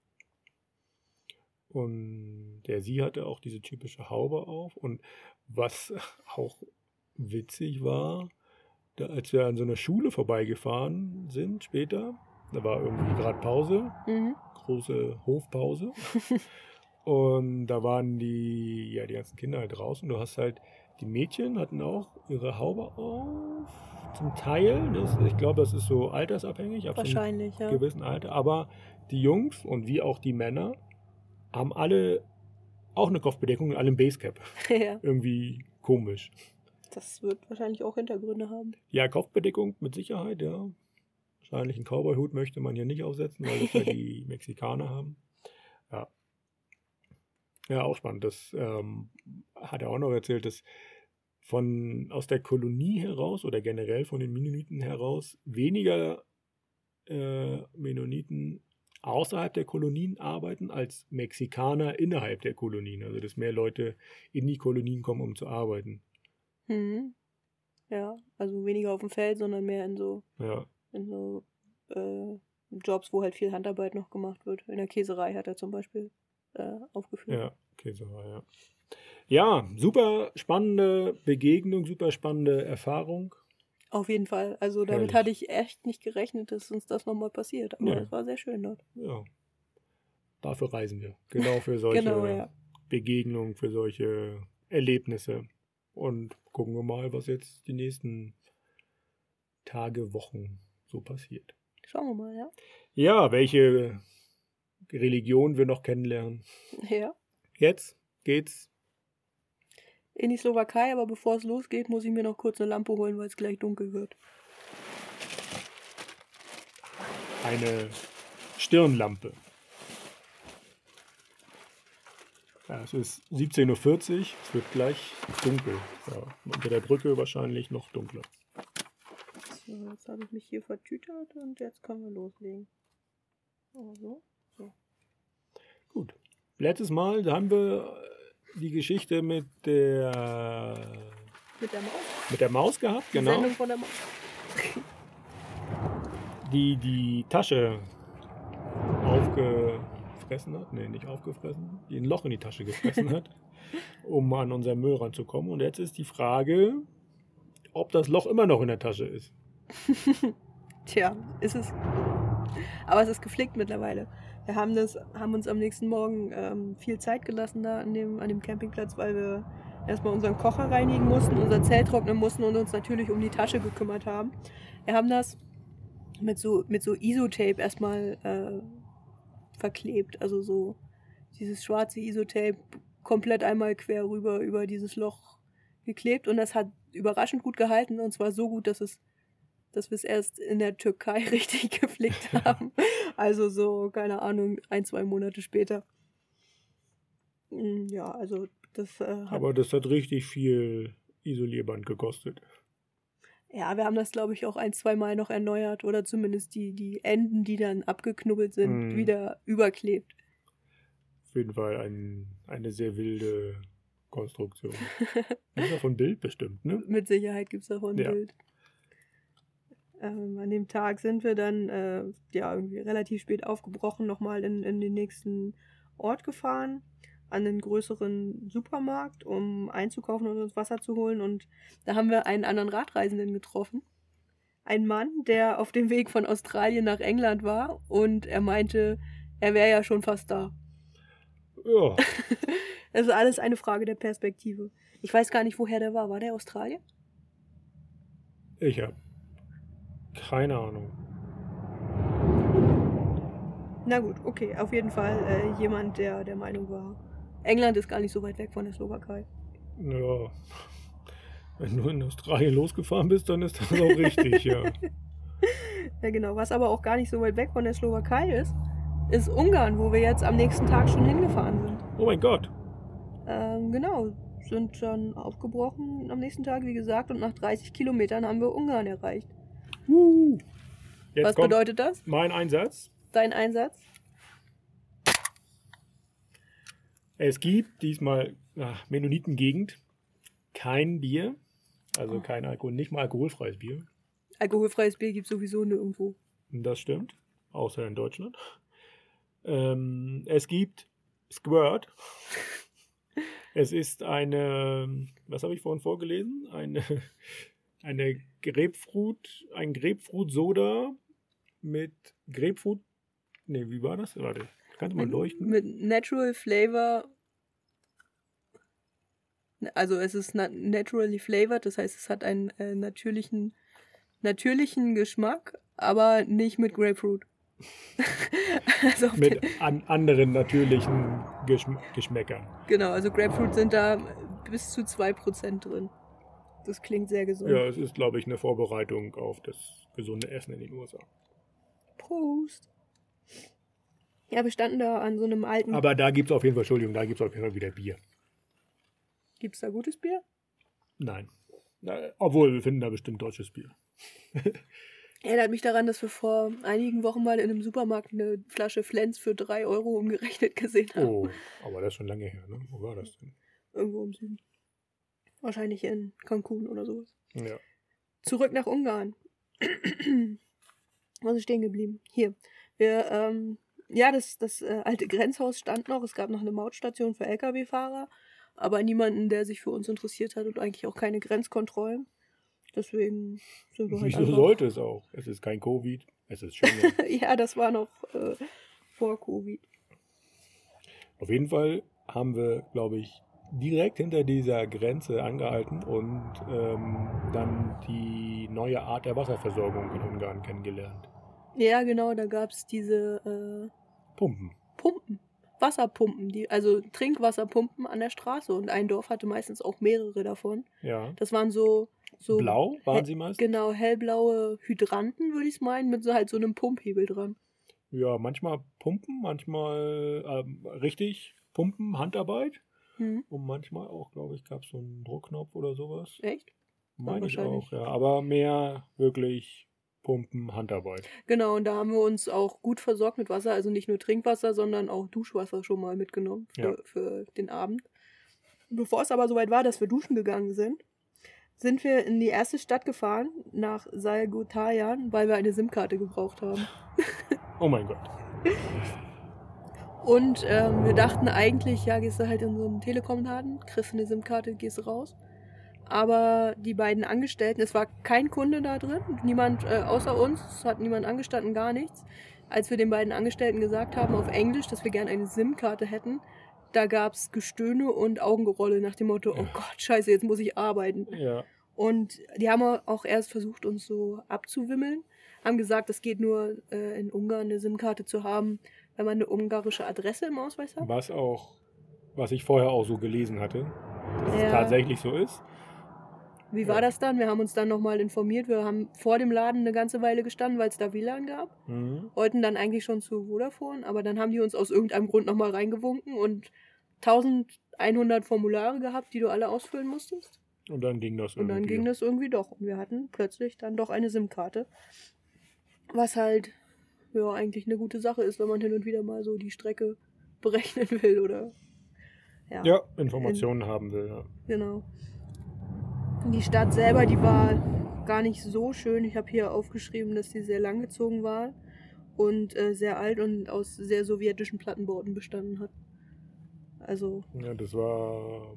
Und der sie hatte auch diese typische Haube auf. Und was auch witzig war, da, als wir an so einer Schule vorbeigefahren sind später, da war irgendwie gerade Pause, Mhm. große Hofpause. Und da waren die, ja, die ganzen Kinder halt draußen. Du hast halt, die Mädchen hatten auch ihre Haube auf, zum Teil. Das, ich glaube, das ist so altersabhängig, ab so einem Wahrscheinlich, ja. gewissen Alter. Aber die Jungs und wie auch die Männer haben alle auch eine Kopfbedeckung und alle ein Basecap. Ja. Irgendwie komisch. Das wird wahrscheinlich auch Hintergründe haben. Ja, Kopfbedeckung mit Sicherheit, ja. Wahrscheinlich einen Cowboy-Hut möchte man hier nicht aufsetzen, weil das ja die Mexikaner haben. Ja. Ja, auch spannend. Das ähm, hat er auch noch erzählt, dass von aus der Kolonie heraus oder generell von den Mennoniten heraus weniger äh, Mennoniten außerhalb der Kolonien arbeiten als Mexikaner innerhalb der Kolonien. Also dass mehr Leute in die Kolonien kommen, um zu arbeiten. Mhm. Ja, also weniger auf dem Feld, sondern mehr in so, Ja, in so äh, Jobs, wo halt viel Handarbeit noch gemacht wird. In der Käserei hat er zum Beispiel äh, aufgeführt. ja, okay, so war ja. Ja, super spannende Begegnung, super spannende Erfahrung. Auf jeden Fall. Also damit Herrlich. hatte ich echt nicht gerechnet, dass uns das nochmal passiert. Aber Nö. es war sehr schön dort. Ja, dafür reisen wir. Genau für solche Genau, ja. Begegnungen, für solche Erlebnisse. Und gucken wir mal, was jetzt die nächsten Tage, Wochen so passiert. Schauen wir mal, ja. Ja, welche Religion wir noch kennenlernen. Ja. Jetzt geht's. In die Slowakei, aber bevor es losgeht, muss ich mir noch kurz eine Lampe holen, weil es gleich dunkel wird. Eine Stirnlampe. Ja, es ist siebzehn Uhr vierzig, es wird gleich dunkel. Ja, unter der Brücke wahrscheinlich noch dunkler. So, jetzt habe ich mich hier vertütert und jetzt können wir loslegen. Also, so. Gut. Letztes Mal haben wir die Geschichte mit der Mit der Maus? mit der Maus gehabt, Die genau. Sendung von der Maus. Die die Tasche aufgefressen hat. Nee, nicht aufgefressen. Die ein Loch in die Tasche gefressen hat, um an unseren Müll ranzukommen. Und jetzt ist die Frage, ob das Loch immer noch in der Tasche ist. Tja, ist es. Aber es ist geflickt mittlerweile. Wir haben, das, haben uns am nächsten Morgen ähm, viel Zeit gelassen da an dem, an dem Campingplatz, weil wir erstmal unseren Kocher reinigen mussten, unser Zelt trocknen mussten und uns natürlich um die Tasche gekümmert haben. Wir haben das mit so, mit so Isotape erstmal äh, verklebt. Also so dieses schwarze Isotape komplett einmal quer rüber über dieses Loch geklebt. Und das hat überraschend gut gehalten. Und zwar so gut, dass es dass wir es erst in der Türkei richtig geflickt haben. Also so, keine Ahnung, ein, zwei Monate später. Ja, also das äh, hat... Aber das hat richtig viel Isolierband gekostet. Ja, wir haben das, glaube ich, auch ein, zwei Mal noch erneuert. Oder zumindest die, die Enden, die dann abgeknubbelt sind, Mm. wieder überklebt. Auf jeden Fall ein, eine sehr wilde Konstruktion. Das ist davon Bild bestimmt, ne? Mit Sicherheit gibt es davon ein Ja. Bild. Ähm, an dem Tag sind wir dann äh, ja, irgendwie relativ spät aufgebrochen, nochmal in, in den nächsten Ort gefahren, an den größeren Supermarkt, um einzukaufen und uns Wasser zu holen. Und da haben wir einen anderen Radreisenden getroffen. Ein Mann, der auf dem Weg von Australien nach England war und er meinte, er wäre ja schon fast da. Ja, Das ist alles eine Frage der Perspektive. Ich weiß gar nicht, woher der war. War der Australier? ich habe keine Ahnung. Na gut, okay. Auf jeden Fall äh, jemand, der der Meinung war, England ist gar nicht so weit weg von der Slowakei. Ja, wenn du in Australien losgefahren bist, dann ist das auch richtig, ja. Ja genau, was aber auch gar nicht so weit weg von der Slowakei ist, ist Ungarn, wo wir jetzt am nächsten Tag schon hingefahren sind. Oh mein Gott. Ähm, genau, sind dann aufgebrochen am nächsten Tag, wie gesagt, und nach dreißig Kilometern haben wir Ungarn erreicht. Uh. Jetzt Was kommt bedeutet das? mein Einsatz. Dein Einsatz? Es gibt diesmal ach, Mennonitengegend kein Bier, also Oh. kein Alkohol, nicht mal alkoholfreies Bier. Alkoholfreies Bier gibt es sowieso nirgendwo. Das stimmt, außer in Deutschland. Ähm, es gibt Squirt. Es ist eine, was habe ich vorhin vorgelesen? Eine, eine Grapefruit, ein Grapefruit-Soda mit Grapefruit. Ne, wie war das? Warte, kannst du mal Mit, leuchten? mit Natural Flavor. Also es ist na- naturally flavored, das heißt, es hat einen äh, natürlichen, natürlichen Geschmack, aber nicht mit Grapefruit. also auf den, Mit an anderen natürlichen Geschm Geschmäckern. genau, also Grapefruit sind da bis zu zwei Prozent drin. Das klingt sehr gesund. Ja, es ist, glaube ich, eine Vorbereitung auf das gesunde Essen in den U S A. Prost! Ja, wir standen da an so einem alten... Aber da gibt es auf jeden Fall, Entschuldigung, da gibt es auf jeden Fall wieder Bier. Gibt's da gutes Bier? Nein. Na, obwohl, wir finden da bestimmt deutsches Bier. Erinnert mich daran, dass wir vor einigen Wochen mal in einem Supermarkt eine Flasche Flens für drei Euro umgerechnet gesehen haben. Oh, aber das ist schon lange her, ne? Wo war das denn? Irgendwo im Süden. Wahrscheinlich in Cancun oder sowas. Ja. Zurück nach Ungarn. Was ist stehen geblieben? Hier. Wir, ähm, ja, das, das äh, alte Grenzhaus stand noch. Es gab noch eine Mautstation für L K W-Fahrer, aber niemanden, der sich für uns interessiert hat und eigentlich auch keine Grenzkontrollen. Deswegen sind wir halt Wieso einfach... sollte es auch? Es ist kein Covid, es ist Schengen. Ja, das war noch äh, vor Covid. Auf jeden Fall haben wir, glaube ich, direkt hinter dieser Grenze angehalten und ähm, dann die neue Art der Wasserversorgung in Ungarn kennengelernt. Ja, genau, da gab es diese äh, Pumpen. Pumpen, Wasserpumpen, die, also Trinkwasserpumpen an der Straße. Und ein Dorf hatte meistens auch mehrere davon. Ja. Das waren so... so Blau waren hell- sie meistens? Genau, hellblaue Hydranten, würde ich es meinen, mit so halt so einem Pumphebel dran. Ja, manchmal Pumpen, manchmal ähm, richtig Pumpen, Handarbeit. Hm. Und manchmal auch, glaube ich, gab es so einen Druckknopf oder sowas. Echt? Meine ich wahrscheinlich. auch, ja. Aber mehr wirklich Pumpen, Handarbeit. Genau, und da haben wir uns auch gut versorgt mit Wasser, also nicht nur Trinkwasser, sondern auch Duschwasser schon mal mitgenommen für, Ja. für den Abend. Bevor es aber soweit war, dass wir duschen gegangen sind, sind wir in die erste Stadt gefahren, nach Salgótarján, weil wir eine SIM-Karte gebraucht haben. Oh mein Gott. Und ähm, wir dachten eigentlich, ja, gehst du halt in so einen Telekom-Laden, kriegst eine SIM-Karte, gehst raus. Aber die beiden Angestellten, es war kein Kunde da drin, niemand äh, außer uns, es hat niemand angestanden, gar nichts. Als wir den beiden Angestellten gesagt haben auf Englisch, dass wir gerne eine SIM-Karte hätten, da gab es Gestöhne und Augengerolle nach dem Motto, oh Gott, scheiße, jetzt muss ich arbeiten. Ja. Und die haben auch erst versucht, uns so abzuwimmeln, haben gesagt, es geht nur äh, in Ungarn eine SIM-Karte zu haben, wenn man eine ungarische Adresse im Ausweis hat. Was auch, was ich vorher auch so gelesen hatte, dass Ja. es tatsächlich so ist. Wie Ja. war das dann? Wir haben uns dann nochmal informiert. Wir haben vor dem Laden eine ganze Weile gestanden, weil es da W L A N gab. Mhm. Wollten dann eigentlich schon zu Vodafone, aber dann haben die uns aus irgendeinem Grund nochmal reingewunken und eintausendeinhundert Formulare gehabt, die du alle ausfüllen musstest. Und dann ging das Und irgendwie. dann ging das irgendwie doch. Und wir hatten plötzlich dann doch eine SIM-Karte. Was halt, ja, eigentlich eine gute Sache ist, wenn man hin und wieder mal so die Strecke berechnen will, oder? Ja, Ja, Informationen haben wir, ja. genau. Die Stadt selber, die war gar nicht so schön. Ich habe hier aufgeschrieben, dass die sehr langgezogen war und äh, sehr alt und aus sehr sowjetischen Plattenbauten bestanden hat. Also, Ja, das war,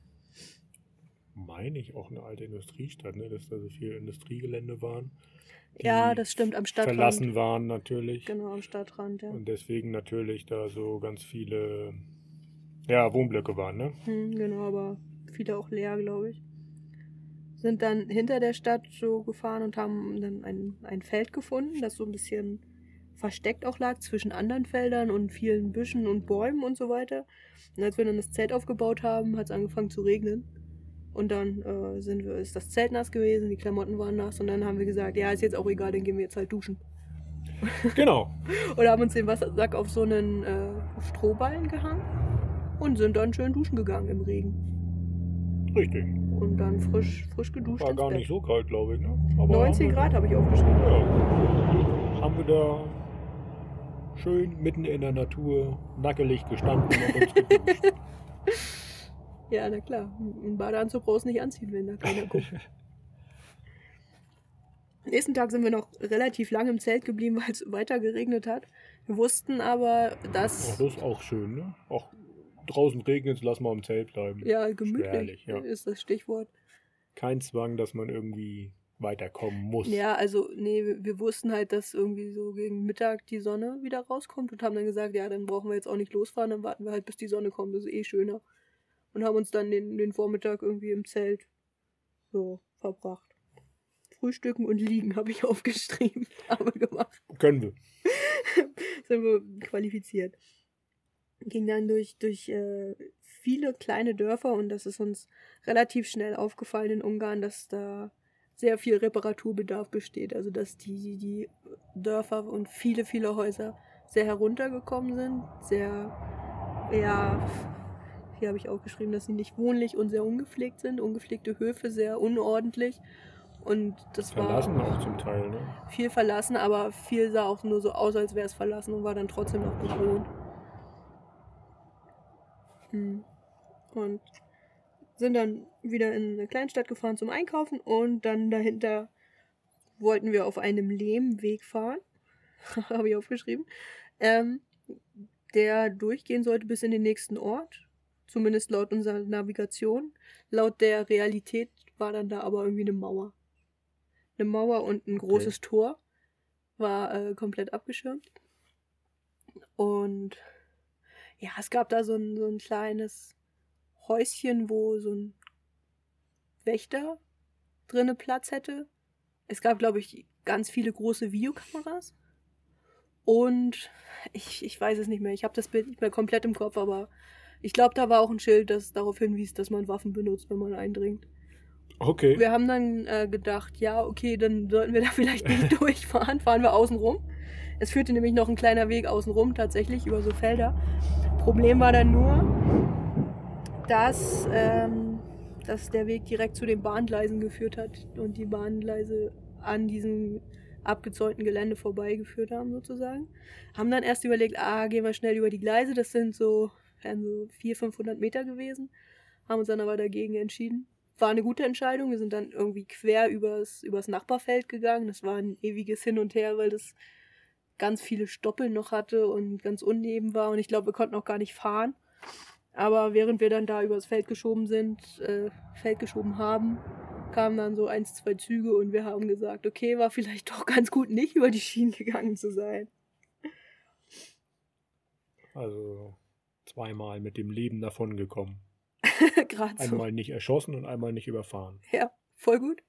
meine ich, auch eine alte Industriestadt, ne? Dass da so viele Industriegelände waren. die ja, das stimmt, am Stadtrand. Verlassen waren natürlich. Genau, am Stadtrand, ja. Und deswegen natürlich da so ganz viele, ja, Wohnblöcke waren, ne? Hm, genau, aber viele auch leer, glaube ich. Sind dann hinter der Stadt so gefahren und haben dann ein, ein Feld gefunden, das so ein bisschen versteckt auch lag zwischen anderen Feldern und vielen Büschen und Bäumen und so weiter. Und als wir dann das Zelt aufgebaut haben, hat es angefangen zu regnen. Und dann äh, sind wir, ist das Zelt nass gewesen, die Klamotten waren nass und dann haben wir gesagt, ja, ist jetzt auch egal, dann gehen wir jetzt halt duschen. Genau. Und haben uns den Wassersack auf so einen äh, Strohballen gehangen und sind dann schön duschen gegangen im Regen. Richtig. Und dann frisch, frisch geduscht War ins gar Bett. nicht so kalt, glaube ich, ne? Aber neunzehn haben wir- Grad habe ich aufgeschrieben. Ja. Haben wir da schön mitten in der Natur nackelig gestanden und uns geduscht. Ja, na klar. Einen Badeanzug brauchst du nicht anziehen, wenn da keiner guckt. Am nächsten Tag sind wir noch relativ lange im Zelt geblieben, weil es weiter geregnet hat. Wir wussten aber, Ach, dass... das ist auch schön, ne? Auch draußen regnet es, lass mal im Zelt bleiben. Ja, gemütlich Spärlich, ja. ist das Stichwort. Kein Zwang, dass man irgendwie weiterkommen muss. Ja, also, nee, wir, wir wussten halt, dass irgendwie so gegen Mittag die Sonne wieder rauskommt und haben dann gesagt, ja, dann brauchen wir jetzt auch nicht losfahren, dann warten wir halt, bis die Sonne kommt, das ist eh schöner. Und haben uns dann den, den Vormittag irgendwie im Zelt so verbracht. Frühstücken und liegen habe ich aufgeschrieben, haben wir gemacht. Können wir. Sind wir qualifiziert. Ging dann durch, durch äh, viele kleine Dörfer und das ist uns relativ schnell aufgefallen in Ungarn, dass da sehr viel Reparaturbedarf besteht. Also dass die, die Dörfer und viele, viele Häuser sehr heruntergekommen sind, sehr, ja, hier habe ich auch geschrieben, dass sie nicht wohnlich und sehr ungepflegt sind, ungepflegte Höfe, sehr unordentlich. Und das Verlassen war auch zum Teil, ne? viel verlassen, aber viel sah auch nur so aus, als wäre es verlassen und war dann trotzdem noch bewohnt. Hm. Und sind dann wieder in eine Kleinstadt gefahren zum Einkaufen und dann dahinter wollten wir auf einem Lehmweg fahren, habe ich aufgeschrieben, ähm, der durchgehen sollte bis in den nächsten Ort, zumindest laut unserer Navigation. Laut der Realität war dann da aber irgendwie eine Mauer. Eine Mauer und ein großes Okay. Tor war äh, komplett abgeschirmt. Und ja, es gab da so ein, so ein kleines Häuschen, wo so ein Wächter drinne Platz hätte. es gab, glaube ich, ganz viele große Videokameras. Und ich, ich weiß es nicht mehr. Ich habe das Bild nicht mehr komplett im Kopf, aber ich glaube, da war auch ein Schild, das darauf hinwies, dass man Waffen benutzt, wenn man eindringt. Okay. Wir haben dann äh, gedacht, ja, okay, dann sollten wir da vielleicht nicht durchfahren. Fahren wir außen rum. Es führte nämlich noch ein kleiner Weg außen rum, tatsächlich, über so Felder. Problem war dann nur, dass, ähm, dass der Weg direkt zu den Bahngleisen geführt hat und die Bahngleise an diesem abgezäunten Gelände vorbeigeführt haben, sozusagen. Haben dann erst überlegt, ah, gehen wir schnell über die Gleise, das sind so, wären so vierhundert, fünfhundert Meter gewesen. Haben uns dann aber dagegen entschieden. War eine gute Entscheidung, wir sind dann irgendwie quer übers, übers Nachbarfeld gegangen. Das war ein ewiges Hin und Her, weil das ganz viele Stoppeln noch hatte und ganz uneben war und ich glaube, wir konnten auch gar nicht fahren. Aber während wir dann da übers Feld geschoben sind, äh, Feld geschoben haben, kamen dann so eins, zwei Züge und wir haben gesagt, okay, war vielleicht doch ganz gut, nicht über die Schienen gegangen zu sein. Also zweimal mit dem Leben davongekommen. Gerade so. Einmal nicht erschossen und einmal nicht überfahren. Ja, voll gut.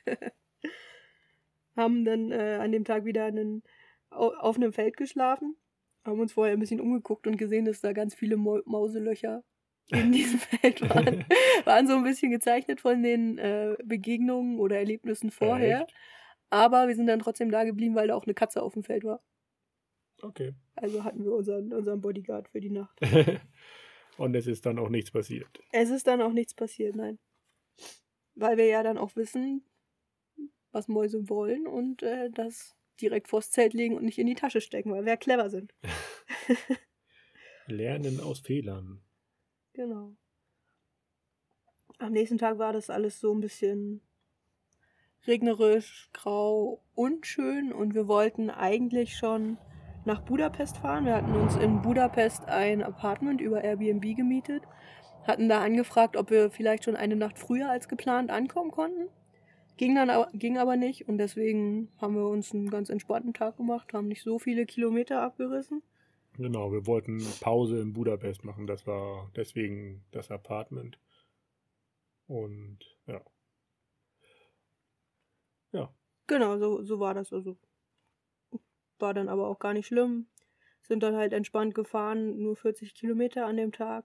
Haben dann äh, an dem Tag wieder einen, auf einem Feld geschlafen, haben uns vorher ein bisschen umgeguckt und gesehen, dass da ganz viele Mo- Mauselöcher in diesem Feld waren. Waren so ein bisschen gezeichnet von den äh, Begegnungen oder Erlebnissen vorher. Echt? Aber wir sind dann trotzdem da geblieben, weil da auch eine Katze auf dem Feld war. Okay. Also hatten wir unseren, unseren Bodyguard für die Nacht. Und es ist dann auch nichts passiert. Es ist dann auch nichts passiert, nein. Weil wir ja dann auch wissen, was Mäuse wollen und äh, das direkt vors Zelt legen und nicht in die Tasche stecken, weil wir ja clever sind. Lernen aus Fehlern. Genau. Am nächsten Tag war das alles so ein bisschen regnerisch, grau, unschön und wir wollten eigentlich schon nach Budapest fahren. Wir hatten uns in Budapest ein Apartment über Airbnb gemietet, hatten da angefragt, ob wir vielleicht schon eine Nacht früher als geplant ankommen konnten. Ging dann aber, ging aber nicht und deswegen haben wir uns einen ganz entspannten Tag gemacht, haben nicht so viele Kilometer abgerissen. Genau, wir wollten Pause in Budapest machen. Das war deswegen das Apartment. Und ja. Ja. Genau, so, so war das. Also war dann aber auch gar nicht schlimm. Sind dann halt entspannt gefahren, nur vierzig Kilometer an dem Tag.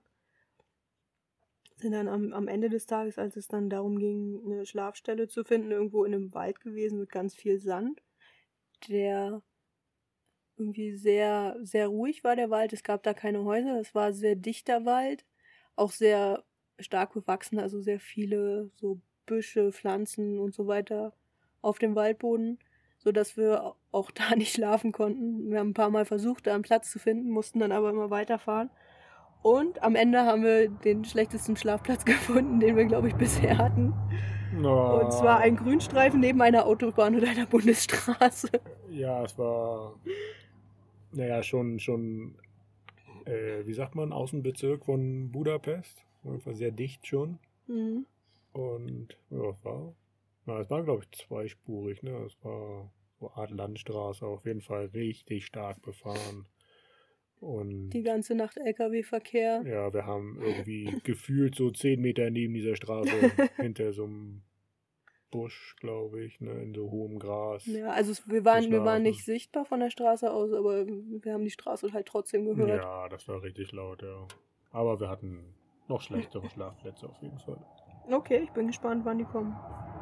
Sind dann am, am Ende des Tages, als es dann darum ging, eine Schlafstelle zu finden, irgendwo in einem Wald gewesen mit ganz viel Sand, der irgendwie sehr, sehr ruhig war, der Wald. Es gab da keine Häuser, es war sehr dichter Wald, auch sehr stark bewachsen, also sehr viele so Büsche, Pflanzen und so weiter auf dem Waldboden, sodass wir auch da nicht schlafen konnten. Wir haben ein paar Mal versucht, da einen Platz zu finden, mussten dann aber immer weiterfahren. Und am Ende haben wir den schlechtesten Schlafplatz gefunden, den wir, glaube ich, bisher hatten. Oh. Und zwar ein Grünstreifen neben einer Autobahn und einer Bundesstraße. Ja, es war, naja, schon, schon, äh, wie sagt man, Außenbezirk von Budapest. Einfach sehr dicht schon. Mhm. Und ja, es war, na, es war, glaube ich, zweispurig, ne? Es war so eine Art Landstraße, auf jeden Fall richtig stark befahren. Und Die ganze Nacht L K W-Verkehr. ja, wir haben irgendwie gefühlt so zehn Meter neben dieser Straße hinter so einem Busch, glaube ich, ne, in so hohem Gras. Ja, also es, wir, waren, wir waren geschlafen. nicht sichtbar von der Straße aus, aber wir haben die Straße halt trotzdem gehört. Ja, das war richtig laut, ja. Aber wir hatten noch schlechtere Schlafplätze auf jeden Fall. Okay, ich bin gespannt, wann die kommen.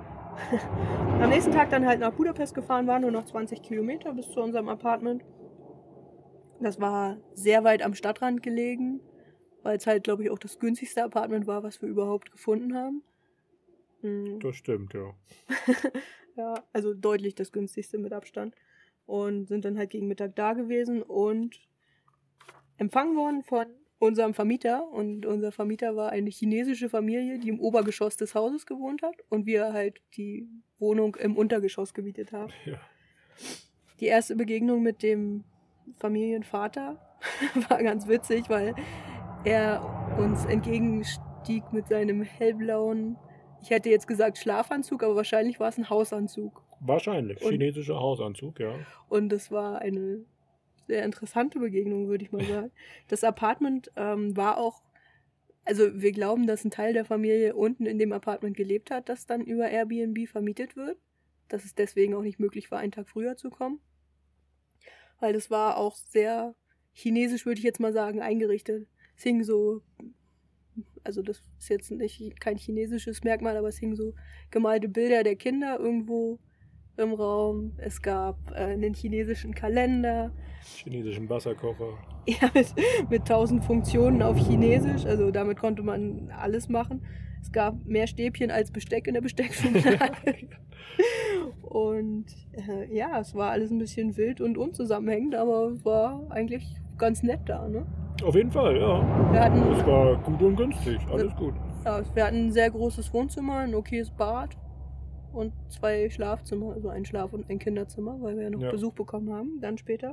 Am nächsten Tag dann halt nach Budapest gefahren, waren nur noch zwanzig Kilometer bis zu unserem Apartment. Das war sehr weit am Stadtrand gelegen, weil es halt, glaube ich, auch das günstigste Apartment war, was wir überhaupt gefunden haben. Mhm. Das stimmt, ja. Ja, also deutlich das günstigste mit Abstand. Und sind dann halt gegen Mittag da gewesen und empfangen worden von unserem Vermieter. Und unser Vermieter war eine chinesische Familie, die im Obergeschoss des Hauses gewohnt hat und wir halt die Wohnung im Untergeschoss gemietet haben. Ja. Die erste Begegnung mit dem Familienvater war ganz witzig, weil er uns entgegenstieg mit seinem hellblauen, ich hätte jetzt gesagt Schlafanzug, aber wahrscheinlich war es ein Hausanzug. Wahrscheinlich. Und- Chinesischer Hausanzug, ja. Und das war eine sehr interessante Begegnung, würde ich mal sagen. Das Apartment ähm, war auch, also wir glauben, dass ein Teil der Familie unten in dem Apartment gelebt hat, das dann über Airbnb vermietet wird. dass es deswegen auch nicht möglich war, einen Tag früher zu kommen. Weil das war auch sehr chinesisch, würde ich jetzt mal sagen, eingerichtet. Es hing so, also das ist jetzt nicht kein chinesisches Merkmal, aber es hingen so gemalte Bilder der Kinder irgendwo im Raum. Es gab äh, einen chinesischen Kalender. Chinesischen Wasserkocher. Ja, mit, mit tausend Funktionen auf Chinesisch. Also damit konnte man alles machen. Es gab mehr Stäbchen als Besteck in der Besteckschublade. Und äh, ja, es war alles ein bisschen wild und unzusammenhängend, aber war eigentlich ganz nett da, ne? Auf jeden Fall, ja. Wir hatten, Es war gut und günstig, alles gut. ja, wir hatten ein sehr großes Wohnzimmer, ein okayes Bad und zwei Schlafzimmer, also ein Schlaf- und ein Kinderzimmer, weil wir ja noch Ja. Besuch bekommen haben, dann später.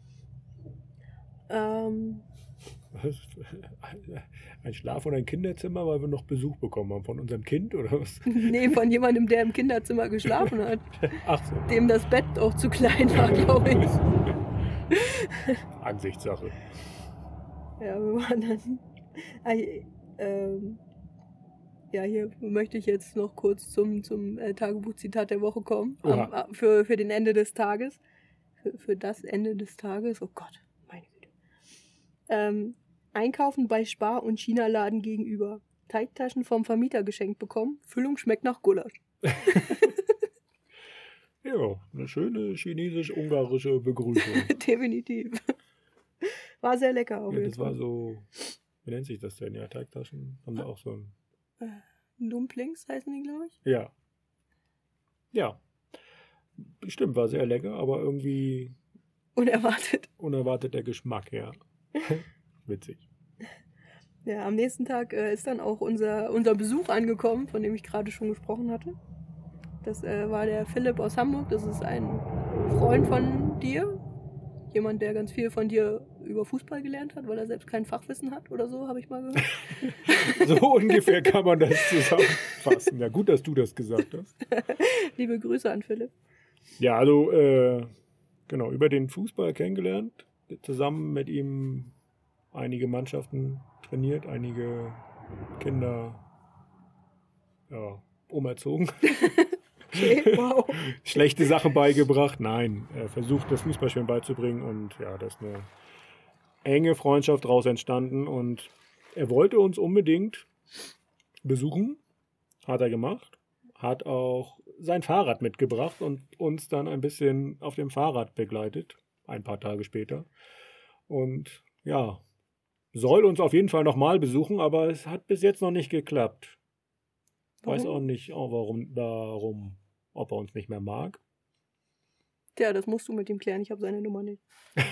Ähm, Was? Ein Schlaf- und ein Kinderzimmer, weil wir noch Besuch bekommen haben von unserem Kind, oder was? nee, von jemandem, der im Kinderzimmer geschlafen hat. Ach so. Dem das Bett auch zu klein war, glaube ich. Ansichtssache. Ja, wir waren dann. Ah, ähm, ja, hier möchte ich jetzt noch kurz zum, zum äh, Tagebuchzitat der Woche kommen. Am, Oha. für, für den Ende des Tages. Für, für das Ende des Tages. Oh Gott, meine Güte. Ähm, einkaufen bei Spar- und China-Laden gegenüber. Teigtaschen vom Vermieter geschenkt bekommen. Füllung schmeckt nach Gulasch. Ja, eine schöne chinesisch-ungarische Begrüßung. Definitiv. War sehr lecker auf Ja, jeden das war Fall. so, wie nennt sich das denn? Ja, Teigtaschen haben da auch so ein, Äh, Dumplings heißen die, glaube ich. ja. Ja. Stimmt, war sehr lecker, aber irgendwie Unerwartet. unerwartet der Geschmack, ja. Witzig. Ja, am nächsten Tag äh, ist dann auch unser, unser Besuch angekommen, von dem ich gerade schon gesprochen hatte. Das äh, war der Philipp aus Hamburg. Das ist ein Freund von dir. Jemand, der ganz viel von dir über Fußball gelernt hat, weil er selbst kein Fachwissen hat oder so, habe ich mal gehört. So ungefähr kann man das zusammenfassen. Ja, gut, dass du das gesagt hast. Liebe Grüße an Philipp. Ja, also, äh, genau, über den Fußball kennengelernt. Zusammen mit ihm einige Mannschaften trainiert, einige Kinder ja, umerzogen. Okay, wow. Schlechte Sachen beigebracht. Nein, er versucht, das Fußballspielen beizubringen und ja, da ist eine enge Freundschaft daraus entstanden und er wollte uns unbedingt besuchen, hat er gemacht, hat auch sein Fahrrad mitgebracht und uns dann ein bisschen auf dem Fahrrad begleitet, ein paar Tage später. Und ja, soll uns auf jeden Fall nochmal besuchen, aber es hat bis jetzt noch nicht geklappt. Weiß Warum? auch nicht, oh, warum, warum, ob er uns nicht mehr mag. Tja, das musst du mit ihm klären. Ich habe seine Nummer nicht.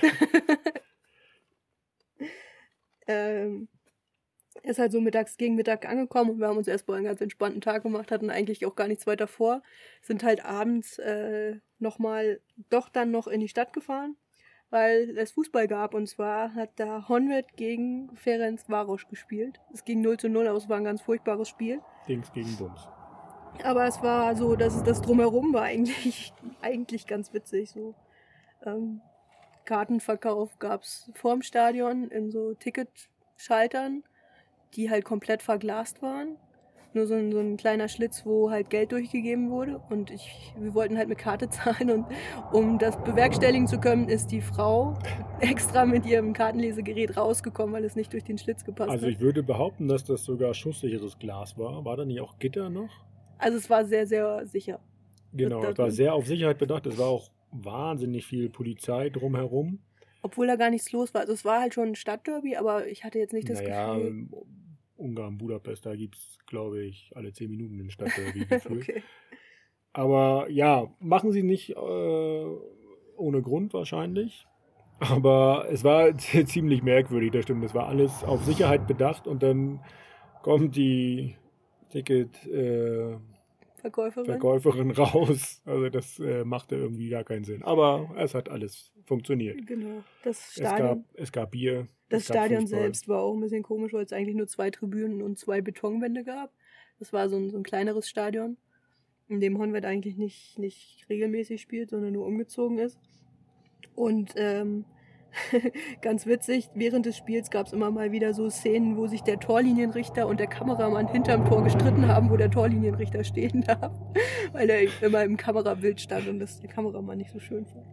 ähm, er ist halt so mittags gegen Mittag angekommen und wir haben uns erstmal einen ganz entspannten Tag gemacht, hatten eigentlich auch gar nichts weiter vor. Sind halt abends äh, nochmal doch dann noch in die Stadt gefahren, weil es Fußball gab. Und zwar hat da Honved gegen Ferencváros gespielt. Es ging null zu null aus, war ein ganz furchtbares Spiel. Dings gegen Bums. Aber es war so, dass es das Drumherum war eigentlich, eigentlich ganz witzig. So. Ähm, Kartenverkauf gab es vorm Stadion in so Ticketschaltern, die halt komplett verglast waren. Nur so ein, so ein kleiner Schlitz, wo halt Geld durchgegeben wurde. Und ich, wir wollten halt mit Karte zahlen. Und um das bewerkstelligen zu können, ist die Frau extra mit ihrem Kartenlesegerät rausgekommen, weil es nicht durch den Schlitz gepasst Also hat. ich würde behaupten, dass das sogar schusssicheres Glas war. War da nicht auch Gitter noch? Also es war sehr, sehr sicher. Genau, Das- es war sehr auf Sicherheit bedacht. Es war auch wahnsinnig viel Polizei drumherum. Obwohl da gar nichts los war. Also es war halt schon ein Stadtderby, aber ich hatte jetzt nicht das Naja, Gefühl... in Ungarn, Budapest, da gibt es, glaube ich, alle zehn Minuten einen Stadtderby gefühlt. Okay. Aber ja, machen sie nicht äh, ohne Grund wahrscheinlich. Aber es war ziemlich merkwürdig, das stimmt. Es war alles auf Sicherheit bedacht und dann kommt die Ticket... Äh, Verkäuferin. Verkäuferin raus. Also das äh, machte irgendwie gar keinen Sinn. Aber es hat alles funktioniert. Genau. Das Es gab, Stadion, es gab Bier. das es gab Stadion Fußball. selbst war auch ein bisschen komisch, weil es eigentlich nur zwei Tribünen und zwei Betonwände gab. Das war so ein, so ein kleineres Stadion, in dem Honved eigentlich nicht, nicht regelmäßig spielt, sondern nur umgezogen ist. Und ähm, Ganz witzig, während des Spiels gab es immer mal wieder so Szenen, wo sich der Torlinienrichter und der Kameramann hinterm Tor gestritten haben, wo der Torlinienrichter stehen darf, weil er immer im Kamerabild stand und das der Kameramann nicht so schön fand.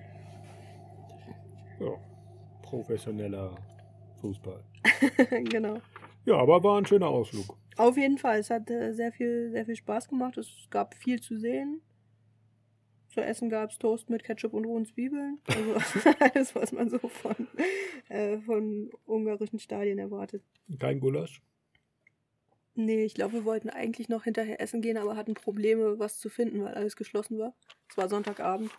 Ja, professioneller Fußball. Genau. Ja, aber war ein schöner Ausflug. Auf jeden Fall, es hat äh, sehr viel, sehr viel Spaß gemacht. Es gab viel zu sehen. Zu essen gab es Toast mit Ketchup und rohen Zwiebeln. Also alles, was man so von, äh, von ungarischen Stadien erwartet. Kein Gulasch? Nee, ich glaube, wir wollten eigentlich noch hinterher essen gehen, aber hatten Probleme, was zu finden, weil alles geschlossen war. Es war Sonntagabend.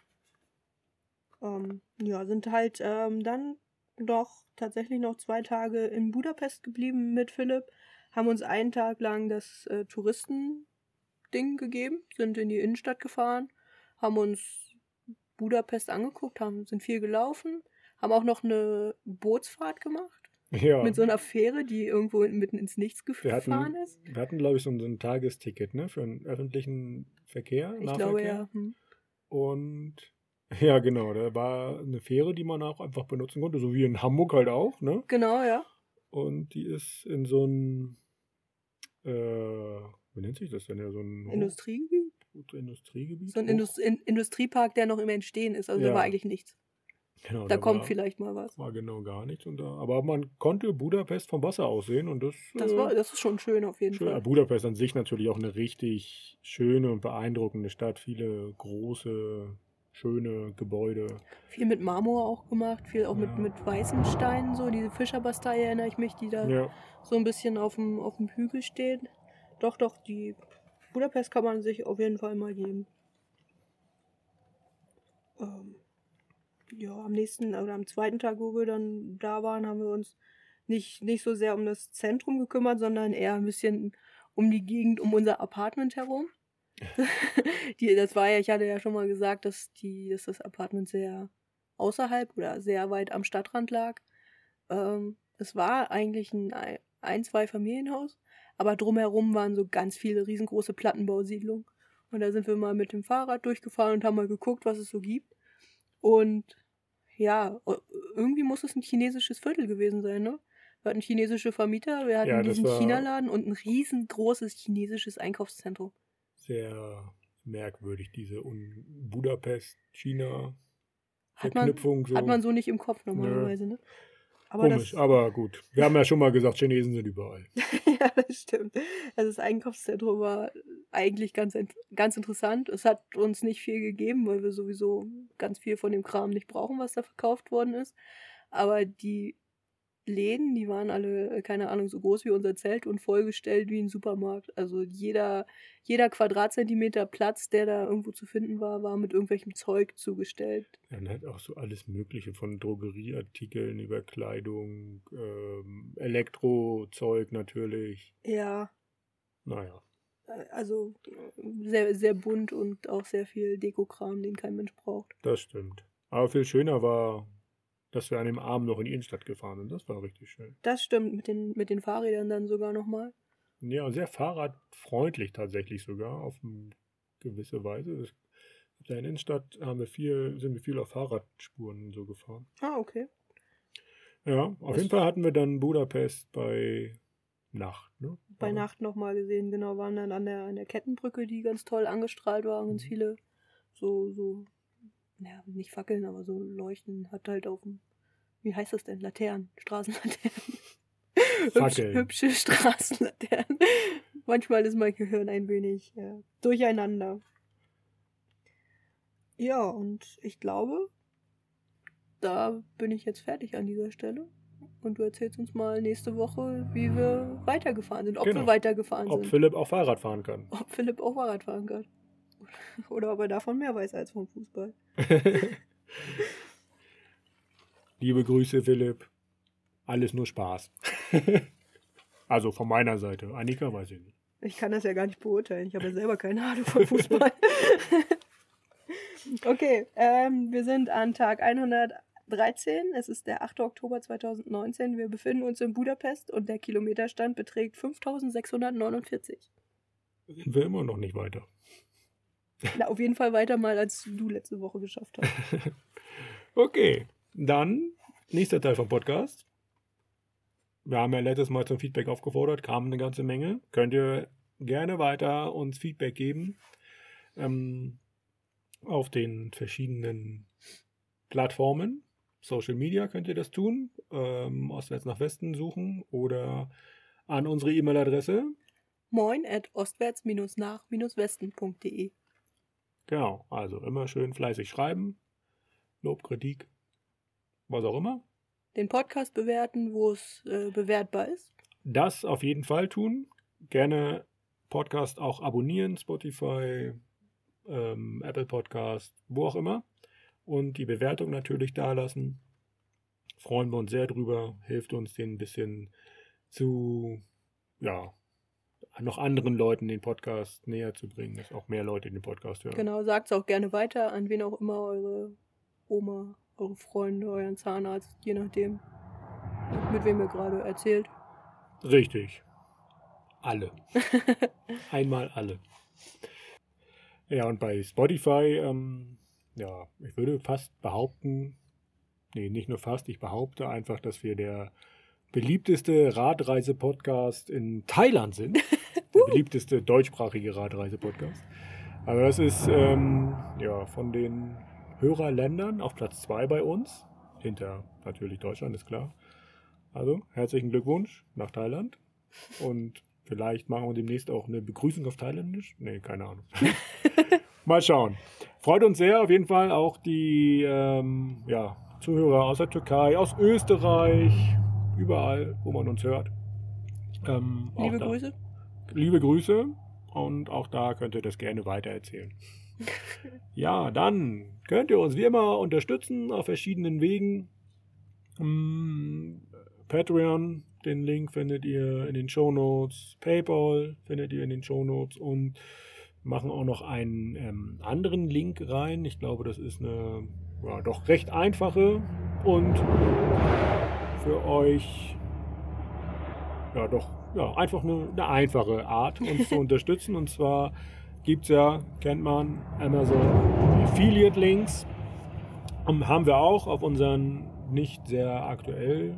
Ähm, ja, sind halt ähm, dann doch tatsächlich noch zwei Tage in Budapest geblieben mit Philipp. Haben uns einen Tag lang das äh, Touristending gegeben, sind in die Innenstadt gefahren, haben uns Budapest angeguckt, haben, sind viel gelaufen, haben auch noch eine Bootsfahrt gemacht. Ja. Mit so einer Fähre, die irgendwo mitten ins Nichts Wir hatten, gefahren ist. wir hatten, glaube ich, so ein, so ein Tagesticket, ne, für den öffentlichen Verkehr, Ich Nahverkehr. glaube, ja. Hm. Und ja, genau, da war eine Fähre, die man auch einfach benutzen konnte, so wie in Hamburg halt auch, ne? Genau, ja. Und die ist in so ein, äh, wie nennt sich das denn ja, so ein Industriegebiet? Hoch- Industriegebiet? So ein Hoch- Indust in Industriepark, der noch im Entstehen ist. Also Ja. da war eigentlich nichts. Genau, Da kommt war, vielleicht mal was. war genau gar nichts. Und da, aber man konnte Budapest vom Wasser aus sehen und das, Das, äh, war, das ist schon schön auf jeden schön. Fall. Budapest an sich natürlich auch eine richtig schöne und beeindruckende Stadt. Viele große, schöne Gebäude. Viel mit Marmor auch gemacht, viel auch Ja. mit, mit weißen Steinen, so diese Fischerbastei erinnere ich mich, die da Ja, so ein bisschen auf dem, auf dem Hügel steht. Doch, doch, die Budapest kann man sich auf jeden Fall mal geben. Ähm, ja, am nächsten oder am zweiten Tag, wo wir dann da waren, haben wir uns nicht, nicht so sehr um das Zentrum gekümmert, sondern eher ein bisschen um die Gegend, um unser Apartment herum. die, das war ja, ich hatte ja schon mal gesagt, dass, die, dass das Apartment sehr außerhalb oder sehr weit am Stadtrand lag. Ähm, es war eigentlich ein ein-, zwei Familienhaus, aber drumherum waren so ganz viele riesengroße Plattenbausiedlungen. Und da sind wir mal mit dem Fahrrad durchgefahren und haben mal geguckt, was es so gibt. Und ja, irgendwie muss es ein chinesisches Viertel gewesen sein, ne? Wir hatten chinesische Vermieter, wir hatten Ja, das diesen war- China-Laden und ein riesengroßes chinesisches Einkaufszentrum. sehr merkwürdig, diese Un Budapest, China Hat man, Verknüpfung. So. hat man so nicht im Kopf normalerweise, ne? Aber Komisch, das, aber gut. Wir haben ja schon mal gesagt, Chinesen sind überall. ja, das stimmt. Also das Einkaufszentrum war eigentlich ganz, int- ganz interessant. Es hat uns nicht viel gegeben, weil wir sowieso ganz viel von dem Kram nicht brauchen, was da verkauft worden ist. Aber die Läden, die waren alle, äh, keine Ahnung, so groß wie unser Zelt und vollgestellt wie ein Supermarkt. Also jeder, jeder Quadratzentimeter Platz, der da irgendwo zu finden war, war mit irgendwelchem Zeug zugestellt. Dann halt auch so alles Mögliche von Drogerieartikeln über Kleidung, ähm, Elektrozeug natürlich. Ja, Naja, äh, also äh, sehr, sehr bunt und auch sehr viel Dekokram, den kein Mensch braucht. das stimmt. Aber viel schöner war, dass wir an dem Abend noch in die Innenstadt gefahren sind. Das war richtig schön. Das stimmt, mit den, mit den Fahrrädern dann sogar nochmal. Ja, sehr fahrradfreundlich tatsächlich sogar, auf eine gewisse Weise. Das, in der Innenstadt haben wir viel, sind wir viel auf Fahrradspuren so gefahren. Ah, okay. Ja, auf Das- jeden Fall hatten wir dann Budapest bei Nacht. Ne? Bei Aber- Nacht nochmal gesehen, genau, waren dann an der, an der Kettenbrücke, die ganz toll angestrahlt war, ganz Mhm. viele so, so, ja, nicht Fackeln, aber so Leuchten hat halt auf dem, wie heißt das denn? Laternen, Straßenlaternen. Hübsch, Fackeln. hübsche Straßenlaternen. Manchmal ist mein Gehirn ein wenig ja, durcheinander. Ja, und ich glaube, da bin ich jetzt fertig an dieser Stelle. Und du erzählst uns mal nächste Woche, wie wir weitergefahren sind, ob Genau. wir weitergefahren Ob sind. Philipp auch Fahrrad fahren kann. Ob Philipp auch Fahrrad fahren kann. Oder ob er davon mehr weiß als vom Fußball. Liebe Grüße, Philipp. Alles nur Spaß. Also von meiner Seite. Annika weiß ich nicht. Ich kann das ja gar nicht beurteilen. Ich habe ja selber keine Ahnung von Fußball. Okay, ähm, wir sind an Tag hundertdreizehn. Es ist der achte Oktober zweitausendneunzehn. Wir befinden uns in Budapest und der Kilometerstand beträgt fünftausendsechshundertneunundvierzig. Sind wir immer noch nicht weiter. Na, auf jeden Fall weiter mal, als du letzte Woche geschafft hast. Okay. Dann, nächster Teil vom Podcast. Wir haben ja letztes Mal zum Feedback aufgefordert, kam eine ganze Menge. Könnt ihr gerne weiter uns Feedback geben. Ähm, auf den verschiedenen Plattformen. Social Media könnt ihr das tun. Ähm, Ostwärts nach Westen suchen oder an unsere E-Mail-Adresse. moin at ostwärts-nach-westen.de. Genau, also immer schön fleißig schreiben. Lob, Kritik, was auch immer. Den Podcast bewerten, wo es äh, bewertbar ist. Das auf jeden Fall tun. Gerne Podcast auch abonnieren, Spotify, ähm, Apple Podcast, wo auch immer. Und die Bewertung natürlich da lassen. Freuen wir uns sehr drüber. Hilft uns, den ein bisschen zu, ja, noch anderen Leuten den Podcast näher zu bringen, dass auch mehr Leute den Podcast hören. Genau, sagt es auch gerne weiter, an wen auch immer, eure Oma, eure Freunde, euren Zahnarzt, je nachdem, mit wem ihr gerade erzählt. Richtig. Alle. Einmal alle. Ja, und bei Spotify, ähm, ja, ich würde fast behaupten, nee, nicht nur fast, ich behaupte einfach, dass wir der beliebteste Radreise-Podcast in Thailand sind. Der beliebteste deutschsprachige Radreise-Podcast. Aber das ist ähm, ja, von den Hörerländern auf Platz zwei bei uns. Hinter natürlich Deutschland, ist klar. Also, herzlichen Glückwunsch nach Thailand. Und vielleicht machen wir demnächst auch eine Begrüßung auf Thailändisch. Nee, keine Ahnung. Mal schauen. Freut uns sehr auf jeden Fall auch die ähm, ja, Zuhörer aus der Türkei, aus Österreich, überall, wo man uns hört. Ähm, Liebe da, Grüße. Liebe Grüße und auch da könnt ihr das gerne weitererzählen. Ja, dann könnt ihr uns wie immer unterstützen auf verschiedenen Wegen. Ähm, Patreon, den Link findet ihr in den Shownotes. PayPal findet ihr in den Shownotes und machen auch noch einen ähm, anderen Link rein. Ich glaube, das ist eine ja, doch recht einfache und für euch ja doch ja, einfach eine, eine einfache Art, uns zu unterstützen. Und zwar gibt es ja, kennt man, Amazon Affiliate Links. Und haben wir auch auf unseren nicht sehr aktuellen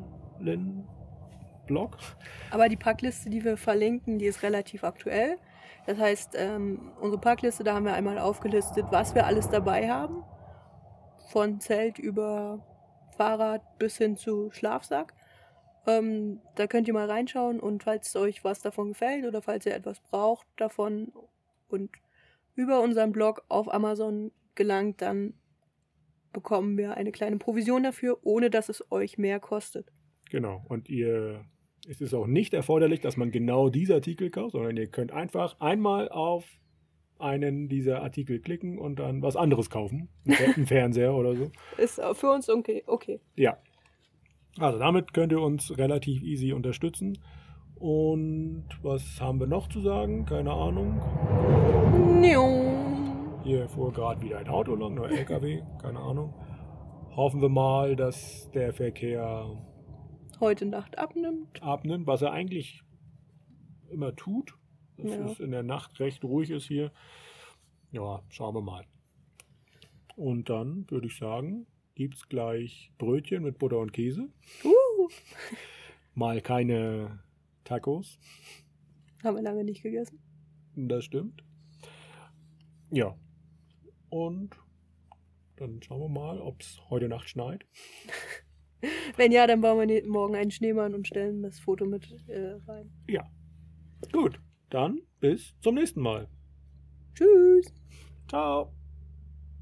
Blog. Aber die Packliste, die wir verlinken, die ist relativ aktuell. Das heißt, ähm, unsere Packliste, da haben wir einmal aufgelistet, was wir alles dabei haben. Von Zelt über Fahrrad bis hin zu Schlafsack. Ähm, da könnt ihr mal reinschauen und falls euch was davon gefällt oder falls ihr etwas braucht davon und über unseren Blog auf Amazon gelangt, dann bekommen wir eine kleine Provision dafür, ohne dass es euch mehr kostet. Genau, und ihr, es ist auch nicht erforderlich, dass man genau diese Artikel kauft, sondern ihr könnt einfach einmal auf einen dieser Artikel klicken und dann was anderes kaufen. Einen Fernseher oder so. Ist für uns okay. okay. Ja. Also damit könnt ihr uns relativ easy unterstützen. Und was haben wir noch zu sagen? Keine Ahnung. Hier fuhr gerade wieder ein Auto lang, nur L K W, keine Ahnung. Hoffen wir mal, dass der Verkehr heute Nacht abnimmt. Abnimmt, was er eigentlich immer tut. Dass Ja. es in der Nacht recht ruhig ist hier. Ja, schauen wir mal. Und dann würde ich sagen, gibt es gleich Brötchen mit Butter und Käse. Uh. Mal keine Tacos. Haben wir lange nicht gegessen. Das stimmt. Ja. Und dann schauen wir mal, ob es heute Nacht schneit. Wenn ja, dann bauen wir ne- morgen einen Schneemann und stellen das Foto mit äh, rein. Ja. Gut. Dann bis zum nächsten Mal. Tschüss. Ciao.